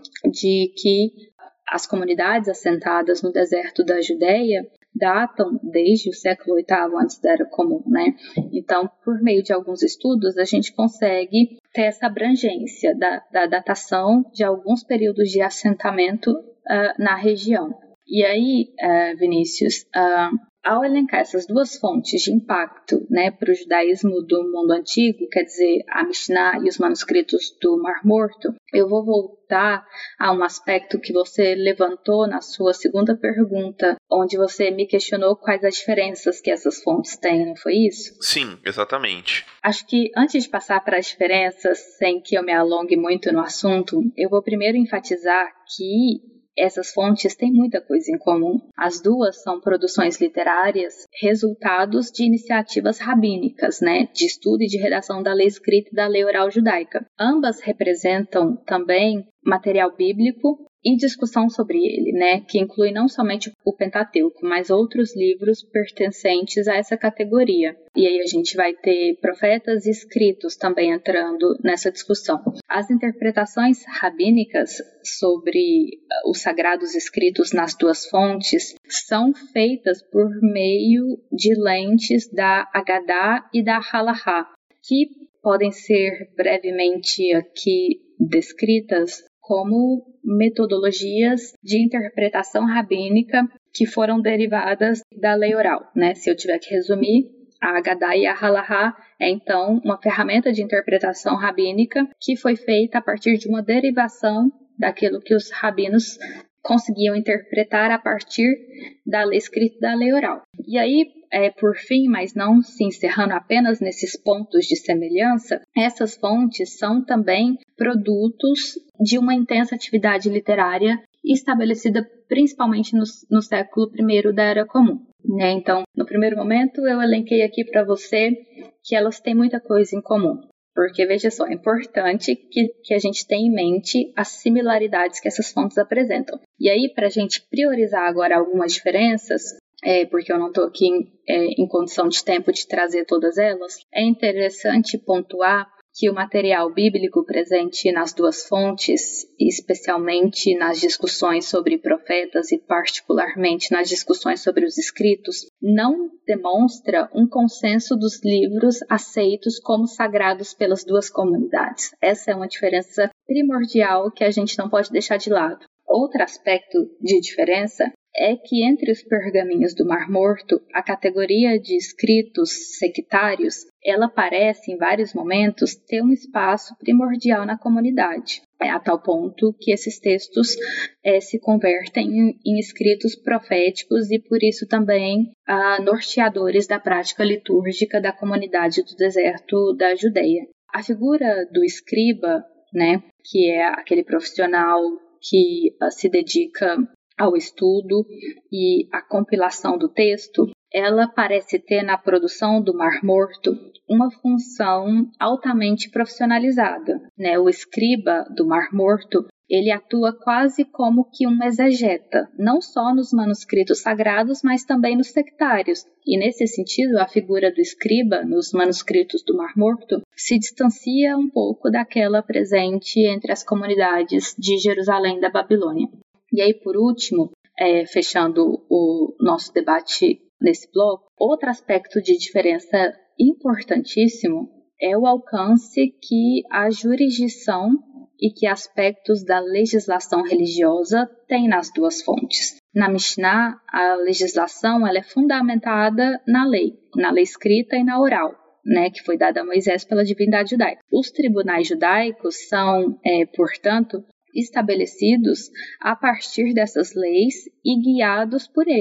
de que as comunidades assentadas no deserto da Judéia datam desde o século oitavo antes da Era Comum, né? Então, por meio de alguns estudos, a gente consegue ter essa abrangência da, da datação de alguns períodos de assentamento uh, na região. E aí, uh, Vinícius, uh, ao elencar essas duas fontes de impacto, né, para o judaísmo do mundo antigo, quer dizer, a Mishnah e os manuscritos do Mar Morto, eu vou voltar a um aspecto que você levantou na sua segunda pergunta, onde você me questionou quais as diferenças que essas fontes têm, não foi isso? Sim, exatamente. Acho que antes de passar para as diferenças, sem que eu me alongue muito no assunto, eu vou primeiro enfatizar que essas fontes têm muita coisa em comum. As duas são produções literárias, resultados de iniciativas rabínicas, né, de estudo e de redação da lei escrita e da lei oral judaica. Ambas representam também material bíblico e discussão sobre ele, né, que inclui não somente o Pentateuco, mas outros livros pertencentes a essa categoria. E aí a gente vai ter profetas e escritos também entrando nessa discussão. As interpretações rabínicas sobre os sagrados escritos nas duas fontes são feitas por meio de lentes da Agadá e da Halahá, que podem ser brevemente aqui descritas como metodologias de interpretação rabínica que foram derivadas da lei oral, né? Se eu tiver que resumir, a Agadá e a Halahá é, então, uma ferramenta de interpretação rabínica que foi feita a partir de uma derivação daquilo que os rabinos conseguiam interpretar a partir da lei escrita e da lei oral. E aí, é, por fim, mas não se encerrando apenas nesses pontos de semelhança, essas fontes são também produtos de uma intensa atividade literária estabelecida principalmente no, no século primeiro da Era Comum. Né? Então, no primeiro momento, eu elenquei aqui para você que elas têm muita coisa em comum. Porque, veja só, é importante que, que a gente tenha em mente as similaridades que essas fontes apresentam. E aí, para a gente priorizar agora algumas diferenças, é, porque eu não estou aqui em, é, em condição de tempo de trazer todas elas, é interessante pontuar que o material bíblico presente nas duas fontes, especialmente nas discussões sobre profetas e particularmente nas discussões sobre os escritos, não demonstra um consenso dos livros aceitos como sagrados pelas duas comunidades. Essa é uma diferença primordial que a gente não pode deixar de lado. Outro aspecto de diferença é que entre os pergaminhos do Mar Morto, a categoria de escritos sectários, ela parece, em vários momentos, ter um espaço primordial na comunidade, é, a tal ponto que esses textos é, se convertem em, em escritos proféticos e, por isso, também ah, norteadores da prática litúrgica da comunidade do deserto da Judéia. A figura do escriba, né, que é aquele profissional que ah, se dedica ao estudo e à compilação do texto, ela parece ter na produção do Mar Morto uma função altamente profissionalizada, né? O escriba do Mar Morto, ele atua quase como que um exegeta, não só nos manuscritos sagrados, mas também nos sectários. E nesse sentido, a figura do escriba nos manuscritos do Mar Morto se distancia um pouco daquela presente entre as comunidades de Jerusalém e da Babilônia. E aí, por último, é, fechando o nosso debate nesse bloco, outro aspecto de diferença importantíssimo é o alcance que a jurisdição e que aspectos da legislação religiosa têm nas duas fontes. Na Mishnah, a legislação ela é fundamentada na lei, na lei escrita e na oral, né, que foi dada a Moisés pela divindade judaica. Os tribunais judaicos são, é, portanto, estabelecidos a partir dessas leis e guiados por ele.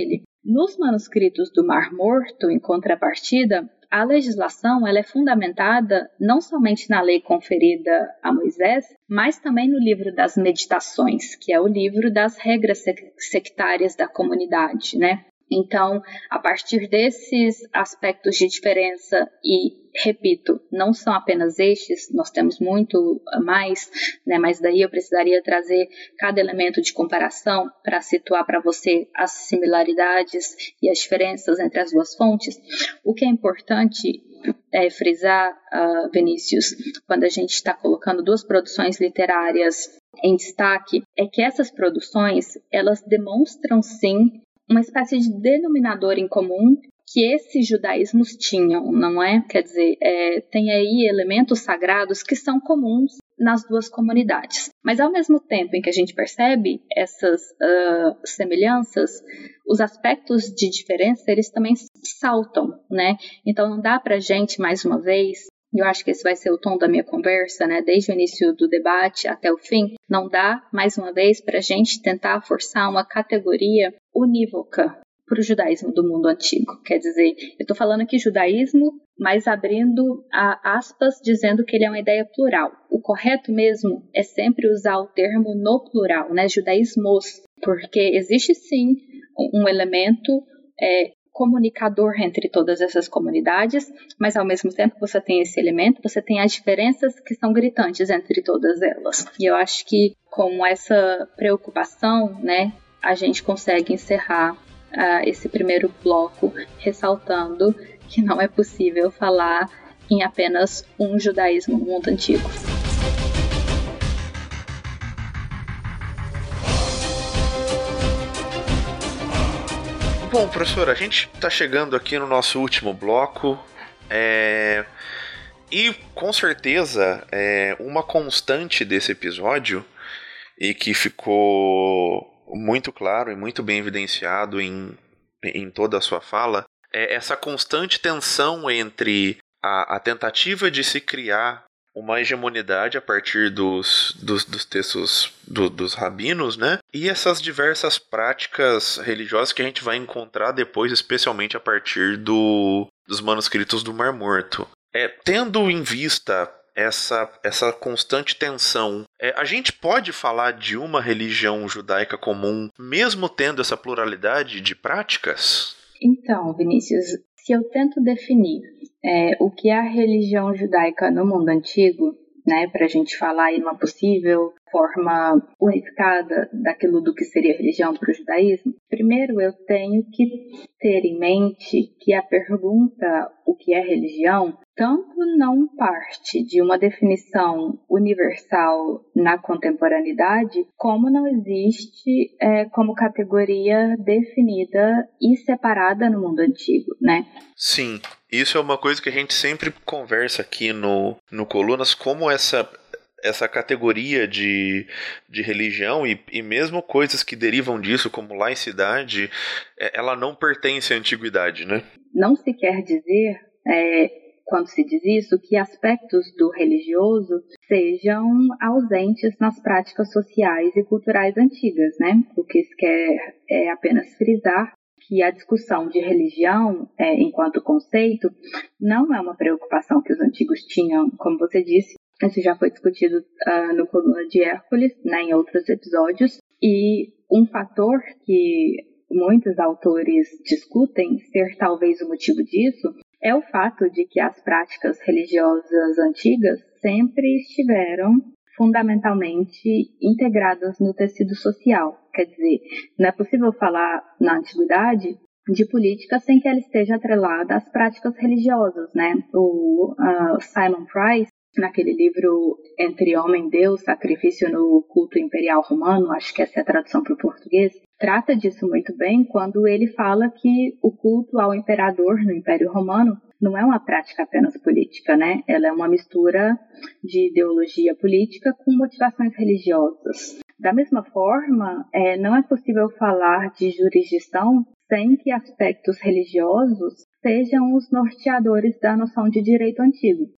Nos manuscritos do Mar Morto, em contrapartida, a legislação ela é fundamentada não somente na lei conferida a Moisés, mas também no livro das Meditações, que é o livro das regras sectárias da comunidade, né? Então, a partir desses aspectos de diferença, e repito, não são apenas estes, nós temos muito mais, né, mas daí eu precisaria trazer cada elemento de comparação para situar para você as similaridades e as diferenças entre as duas fontes. O que é importante é frisar, uh, Vinícius, quando a gente está colocando duas produções literárias em destaque, é que essas produções, elas demonstram sim uma espécie de denominador em comum que esses judaísmos tinham, não é? Quer dizer, é, tem aí elementos sagrados que são comuns nas duas comunidades. Mas ao mesmo tempo em que a gente percebe essas uh, semelhanças, os aspectos de diferença, eles também saltam, né? Então não dá pra gente, mais uma vez, eu acho que esse vai ser o tom da minha conversa, né? Desde o início do debate até o fim, não dá, mais uma vez, para a gente tentar forçar uma categoria unívoca para o judaísmo do mundo antigo. Quer dizer, eu estou falando aqui judaísmo, mas abrindo a aspas, dizendo que ele é uma ideia plural. O correto mesmo é sempre usar o termo no plural, né? Judaísmos, porque existe sim um elemento é, comunicador entre todas essas comunidades, mas ao mesmo tempo que você tem esse elemento, você tem as diferenças que são gritantes entre todas elas. E eu acho que com essa preocupação, né, a gente consegue encerrar uh, esse primeiro bloco, ressaltando que não é possível falar em apenas um judaísmo no mundo antigo. Bom, professor, a gente está chegando aqui no nosso último bloco é... e com certeza é uma constante desse episódio e que ficou muito claro e muito bem evidenciado em, em toda a sua fala é essa constante tensão entre a, a tentativa de se criar uma hegemonidade a partir dos, dos, dos textos do, dos rabinos, né? E essas diversas práticas religiosas que a gente vai encontrar depois, especialmente a partir do, dos manuscritos do Mar Morto. É, tendo em vista essa, essa constante tensão, é, a gente pode falar de uma religião judaica comum, mesmo tendo essa pluralidade de práticas? Então, Vinícius, se eu tento definir é, o que é a religião judaica no mundo antigo, né, para a gente falar aí uma possível forma unificada daquilo do que seria religião para o judaísmo, primeiro eu tenho que ter em mente que a pergunta o que é religião tanto não parte de uma definição universal na contemporaneidade, como não existe é, como categoria definida e separada no mundo antigo, né? Sim, isso é uma coisa que a gente sempre conversa aqui no, no Colunas, como essa... essa categoria de, de religião e, e mesmo coisas que derivam disso, como laicidade, ela não pertence à antiguidade, né? Não se quer dizer, é, quando se diz isso, que aspectos do religioso sejam ausentes nas práticas sociais e culturais antigas, né? O que se quer é apenas frisar que a discussão de religião, é, enquanto conceito, não é uma preocupação que os antigos tinham, como você disse. Isso já foi discutido uh, no Coluna de Hércules, né, em outros episódios. E um fator que muitos autores discutem ser talvez o motivo disso é o fato de que as práticas religiosas antigas sempre estiveram fundamentalmente integradas no tecido social. Quer dizer, não é possível falar na antiguidade de política sem que ela esteja atrelada às práticas religiosas, né? O uh, Simon Price, naquele livro Entre Homem e Deus, Sacrifício no Culto Imperial Romano, acho que essa é a tradução para o português, trata disso muito bem quando ele fala que o culto ao imperador no Império Romano não é uma prática apenas política, né? Ela é uma mistura de ideologia política com motivações religiosas. Da mesma forma, é, não é possível falar de jurisdição sem que aspectos religiosos sejam os norteadores da noção de direito antigo.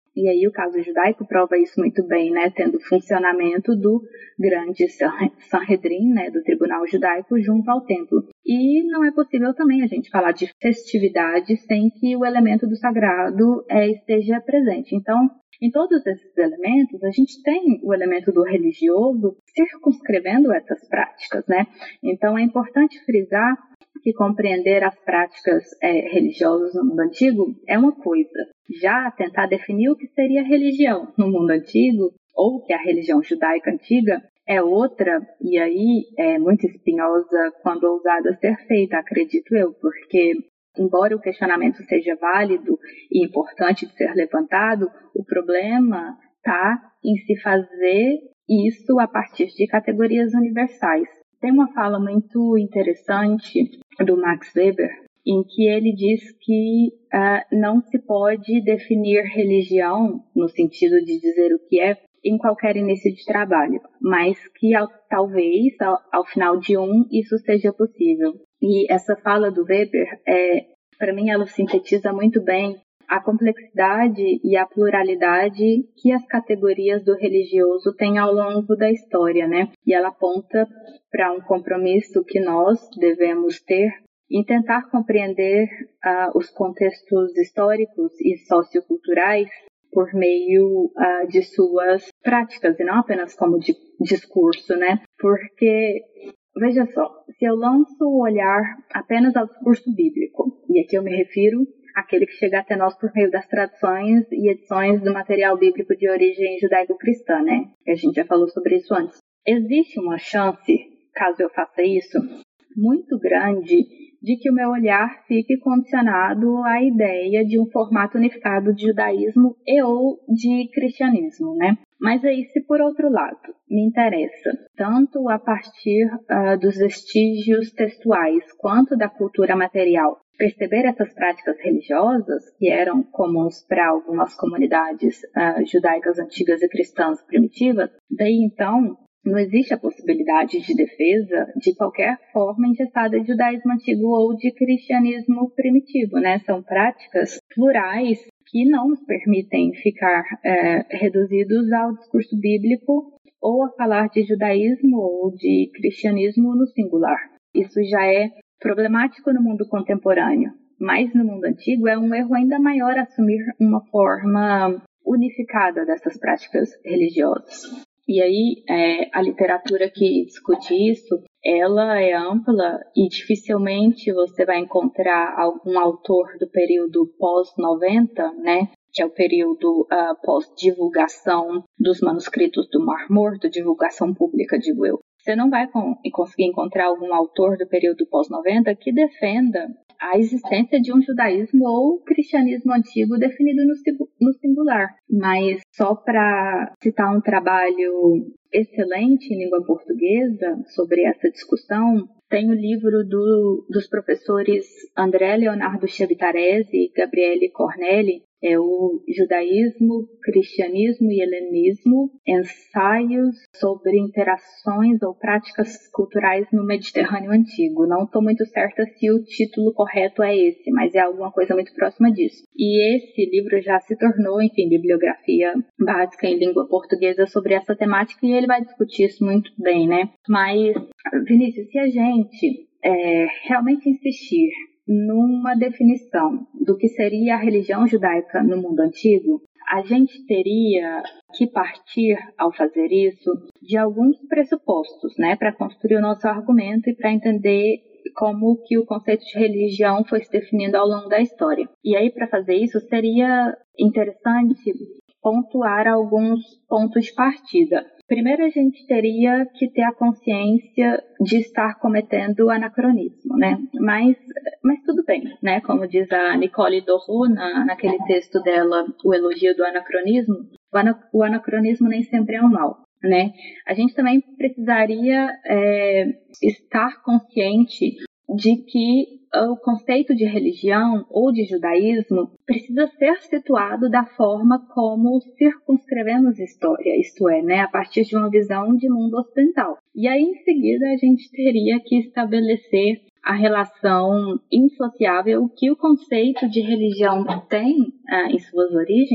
E aí o caso judaico prova isso muito bem, né, tendo o funcionamento do grande Sanhedrin, né, do tribunal judaico junto ao templo. E não é possível também a gente falar de festividade sem que o elemento do sagrado é, esteja presente. Então, em todos esses elementos, a gente tem o elemento do religioso circunscrevendo essas práticas, né? Então, é importante frisar que compreender as práticas é, religiosas no mundo antigo é uma coisa. Já tentar definir o que seria religião no mundo antigo, ou que a religião judaica antiga, é outra, e aí é muito espinhosa quando ousada ser feita, acredito eu, porque embora o questionamento seja válido e importante de ser levantado, o problema está em se fazer isso a partir de categorias universais. Tem uma fala muito interessante do Max Weber, em que ele diz que uh, não se pode definir religião, no sentido de dizer o que é, em qualquer início de trabalho, mas que ao, talvez ao, ao final de um isso seja possível. E essa fala do Weber, é, para mim, ela sintetiza muito bem a complexidade e a pluralidade que as categorias do religioso têm ao longo da história, né? E ela aponta para um compromisso que nós devemos ter em tentar compreender uh, os contextos históricos e socioculturais por meio uh, de suas práticas, e não apenas como de discurso, né? Porque, veja só, se eu lanço o olhar apenas ao discurso bíblico, e aqui eu me refiro àquele que chega até nós por meio das traduções e edições do material bíblico de origem judaico-cristã, né? A gente já falou sobre isso antes. Existe uma chance, caso eu faça isso, muito grande de que o meu olhar fique condicionado à ideia de um formato unificado de judaísmo e ou de cristianismo, né? Mas aí, se por outro lado me interessa, tanto a partir uh, dos vestígios textuais quanto da cultura material, perceber essas práticas religiosas que eram comuns para algumas comunidades uh, judaicas antigas e cristãs primitivas, daí então não existe a possibilidade de defesa de qualquer forma engessada de judaísmo antigo ou de cristianismo primitivo, né? São práticas plurais que não nos permitem ficar é, reduzidos ao discurso bíblico ou a falar de judaísmo ou de cristianismo no singular. Isso já é problemático no mundo contemporâneo, mas no mundo antigo é um erro ainda maior assumir uma forma unificada dessas práticas religiosas. E aí, é, a literatura que discute isso, ela é ampla e dificilmente você vai encontrar algum autor do período pós noventa, né, que é o período uh, pós-divulgação dos manuscritos do Mar Morto, divulgação pública, digo eu. Você não vai com, conseguir encontrar algum autor do período pós noventa que defenda a existência de um judaísmo ou cristianismo antigo definido no, no singular. Mas só para citar um trabalho excelente em língua portuguesa sobre essa discussão, tem o livro do, dos professores André Leonardo Chavitarese e Gabriele Cornelli, é o Judaísmo, Cristianismo e Helenismo, ensaios sobre interações ou práticas culturais no Mediterrâneo Antigo. Não estou muito certa se o título correto é esse, mas é alguma coisa muito próxima disso. E esse livro já se tornou, enfim, bibliografia básica em língua portuguesa sobre essa temática e ele vai discutir isso muito bem, né? Mas, Vinícius, se a gente é, realmente insistir numa definição do que seria a religião judaica no mundo antigo, a gente teria que partir, ao fazer isso, de alguns pressupostos, né, para construir o nosso argumento e para entender como que o conceito de religião foi se definindo ao longo da história. E aí, para fazer isso, seria interessante pontuar alguns pontos de partida. Primeiro, a gente teria que ter a consciência de estar cometendo anacronismo, né? Mas, mas tudo bem, né? Como diz a Nicole Dorou na, naquele texto dela, O Elogio do Anacronismo, o, ana, o anacronismo nem sempre é um mal, né? A gente também precisaria é, estar consciente de que o conceito de religião ou de judaísmo precisa ser situado da forma como circunscrevemos história, isto é, né, a partir de uma visão de mundo ocidental. E aí, em seguida, a gente teria que estabelecer a relação insociável que o conceito de religião tem ah, em suas origens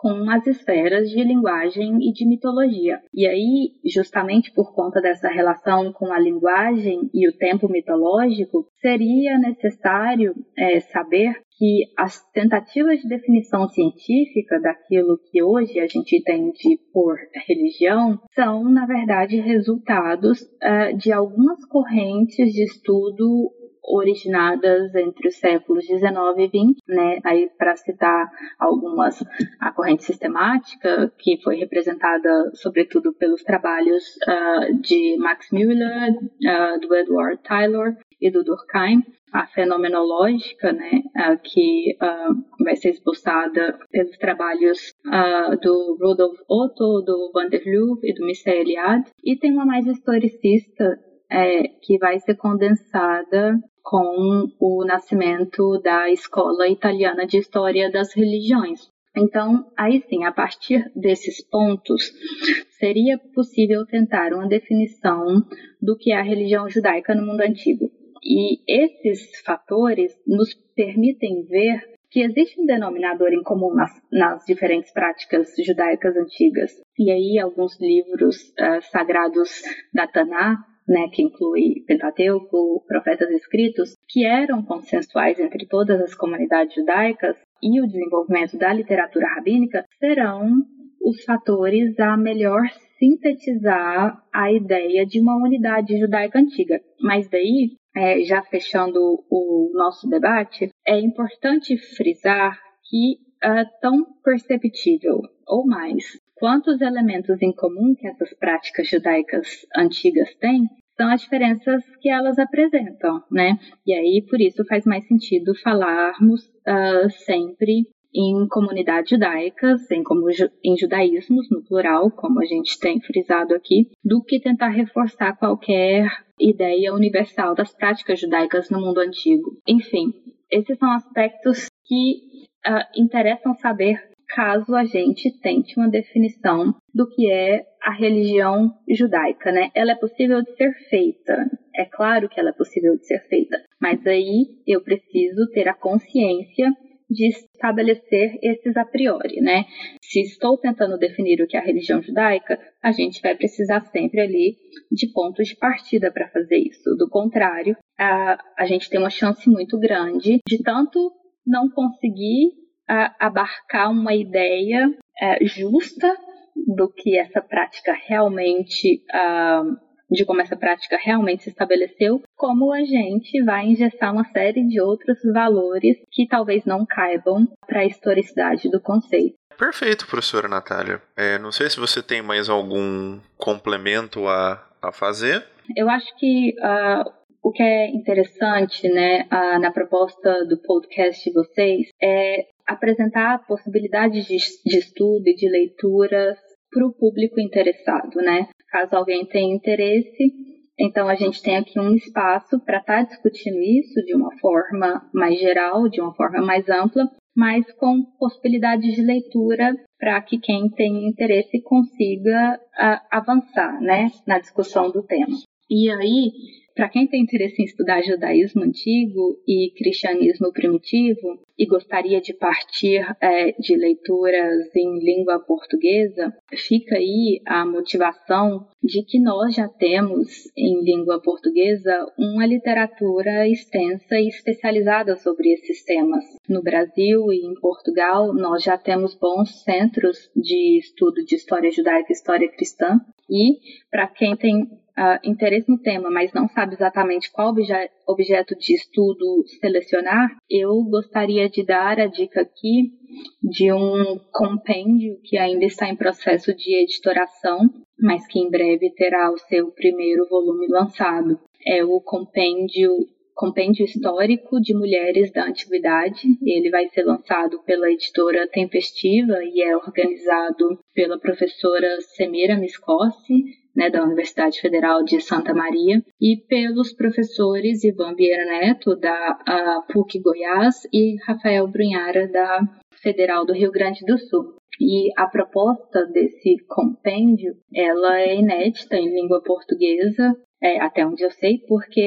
com as esferas de linguagem e de mitologia. E aí, justamente por conta dessa relação com a linguagem e o tempo mitológico, seria necessário é, saber que as tentativas de definição científica daquilo que hoje a gente entende por religião são, na verdade, resultados uh, de algumas correntes de estudo originadas entre os séculos dezenove e vinte, né? Aí, para citar algumas, a corrente sistemática, que foi representada sobretudo pelos trabalhos uh, de Max Müller, uh, do Edward Tylor e do Durkheim, a fenomenológica, né, uh, que uh, vai ser esboçada pelos trabalhos uh, do Rudolf Otto, do Van der Leeuw e do Mircea Eliade, e tem uma mais historicista é, que vai ser condensada com o nascimento da Escola Italiana de História das Religiões. Então, aí sim, a partir desses pontos, seria possível tentar uma definição do que é a religião judaica no mundo antigo. E esses fatores nos permitem ver que existe um denominador em comum nas, nas diferentes práticas judaicas antigas. E aí, alguns livros uh, sagrados da Taná, né, que inclui Pentateuco, Profetas Escritos, que eram consensuais entre todas as comunidades judaicas, e o desenvolvimento da literatura rabínica, serão os fatores a melhor sintetizar a ideia de uma unidade judaica antiga. Mas daí, é, já fechando o nosso debate, é importante frisar que é tão perceptível, ou mais, quantos elementos em comum que essas práticas judaicas antigas têm, são as diferenças que elas apresentam, né? E aí, por isso, faz mais sentido falarmos uh, sempre em comunidades judaicas, em, como, em judaísmos, no plural, como a gente tem frisado aqui, do que tentar reforçar qualquer ideia universal das práticas judaicas no mundo antigo. Enfim, esses são aspectos que uh, interessam saber caso a gente tente uma definição do que é a religião judaica, né? Ela é possível de ser feita, é claro que ela é possível de ser feita, mas aí eu preciso ter a consciência de estabelecer esses a priori, né? Se estou tentando definir o que é a religião judaica, a gente vai precisar sempre ali de pontos de partida para fazer isso. Do contrário, a, a gente tem uma chance muito grande de tanto não conseguir a abarcar uma ideia é, justa do que essa prática realmente, uh, de como essa prática realmente se estabeleceu, como a gente vai engessar uma série de outros valores que talvez não caibam para a historicidade do conceito. Perfeito, professora Natália. É, não sei se você tem mais algum complemento a, a fazer. Eu acho que uh, o que é interessante, né, uh, na proposta do podcast de vocês é apresentar possibilidades de, de estudo e de leituras para o público interessado, né? Caso alguém tenha interesse, então a gente tem aqui um espaço para estar tá discutindo isso de uma forma mais geral, de uma forma mais ampla, mas com possibilidades de leitura para que quem tem interesse consiga uh, avançar, né, na discussão do tema. E aí, para quem tem interesse em estudar judaísmo antigo e cristianismo primitivo e gostaria de partir é, de leituras em língua portuguesa, fica aí a motivação de que nós já temos em língua portuguesa uma literatura extensa e especializada sobre esses temas. No Brasil e em Portugal, nós já temos bons centros de estudo de história judaica e história cristã. E para quem tem Uh, interesse no tema, mas não sabe exatamente qual obje- objeto de estudo selecionar, eu gostaria de dar a dica aqui de um compêndio que ainda está em processo de editoração, mas que em breve terá o seu primeiro volume lançado. É o compêndio Compêndio Histórico de Mulheres da Antiguidade. Ele vai ser lançado pela editora Tempestiva e é organizado pela professora Semira Miscossi, né, da Universidade Federal de Santa Maria, e pelos professores Ivan Vieira Neto, da P U C Goiás, e Rafael Brunhara, da Federal do Rio Grande do Sul. E a proposta desse compêndio, ela é inédita em língua portuguesa, é, até onde eu sei, porque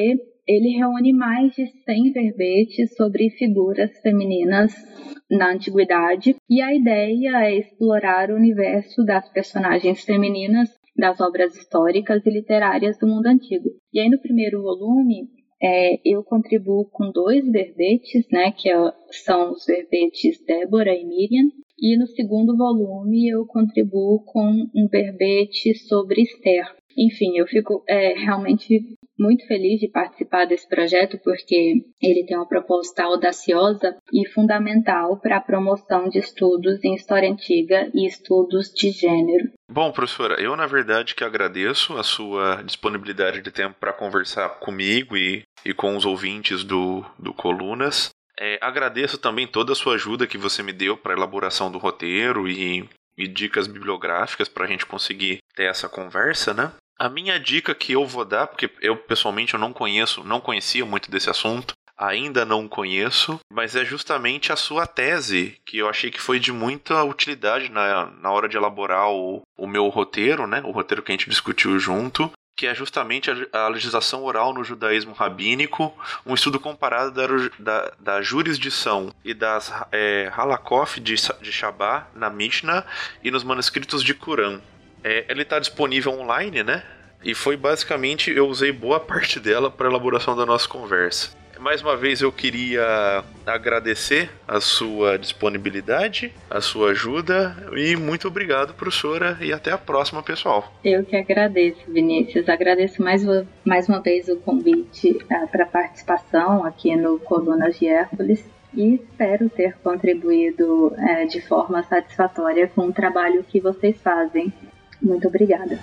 ele reúne mais de cem verbetes sobre figuras femininas na antiguidade, e a ideia é explorar o universo das personagens femininas das obras históricas e literárias do mundo antigo. E aí no primeiro volume, é, eu contribuo com dois verbetes, né, que é, são os verbetes Débora e Miriam, e no segundo volume eu contribuo com um verbete sobre Esther. Enfim, eu fico é, realmente muito feliz de participar desse projeto, porque ele tem uma proposta audaciosa e fundamental para a promoção de estudos em história antiga e estudos de gênero. Bom, professora, eu na verdade que agradeço a sua disponibilidade de tempo para conversar comigo e, e com os ouvintes do, do Colunas. É, agradeço também toda a sua ajuda que você me deu para a elaboração do roteiro e, e dicas bibliográficas para a gente conseguir ter essa conversa, né? A minha dica que eu vou dar, porque eu pessoalmente eu não conheço, não conhecia muito desse assunto, ainda não conheço, mas é justamente a sua tese, que eu achei que foi de muita utilidade na, na hora de elaborar o, o meu roteiro, né? O roteiro que a gente discutiu junto, que é justamente a, a legislação oral no judaísmo rabínico, um estudo comparado da, da, da jurisdição e das é, halakoth de, de Shabá na Mishnah e nos manuscritos de Qur'an. É, ele está disponível online, né? E foi basicamente, eu usei boa parte dela para a elaboração da nossa conversa. Mais uma vez eu queria agradecer a sua disponibilidade, a sua ajuda e muito obrigado, professora, e até a próxima, pessoal. Eu que agradeço, Vinícius. Agradeço mais, mais uma vez o convite uh, para participação aqui no Colunas de Hércules e espero ter contribuído uh, de forma satisfatória com o trabalho que vocês fazem. Muito obrigada.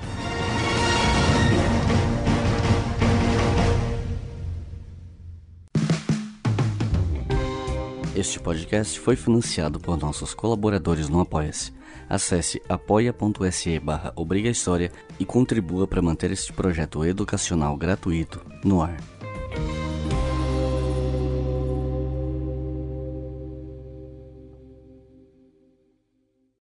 Este podcast foi financiado por nossos colaboradores no Apoia-se. Acesse apoia.se barra Obriga História e contribua para manter este projeto educacional gratuito no ar.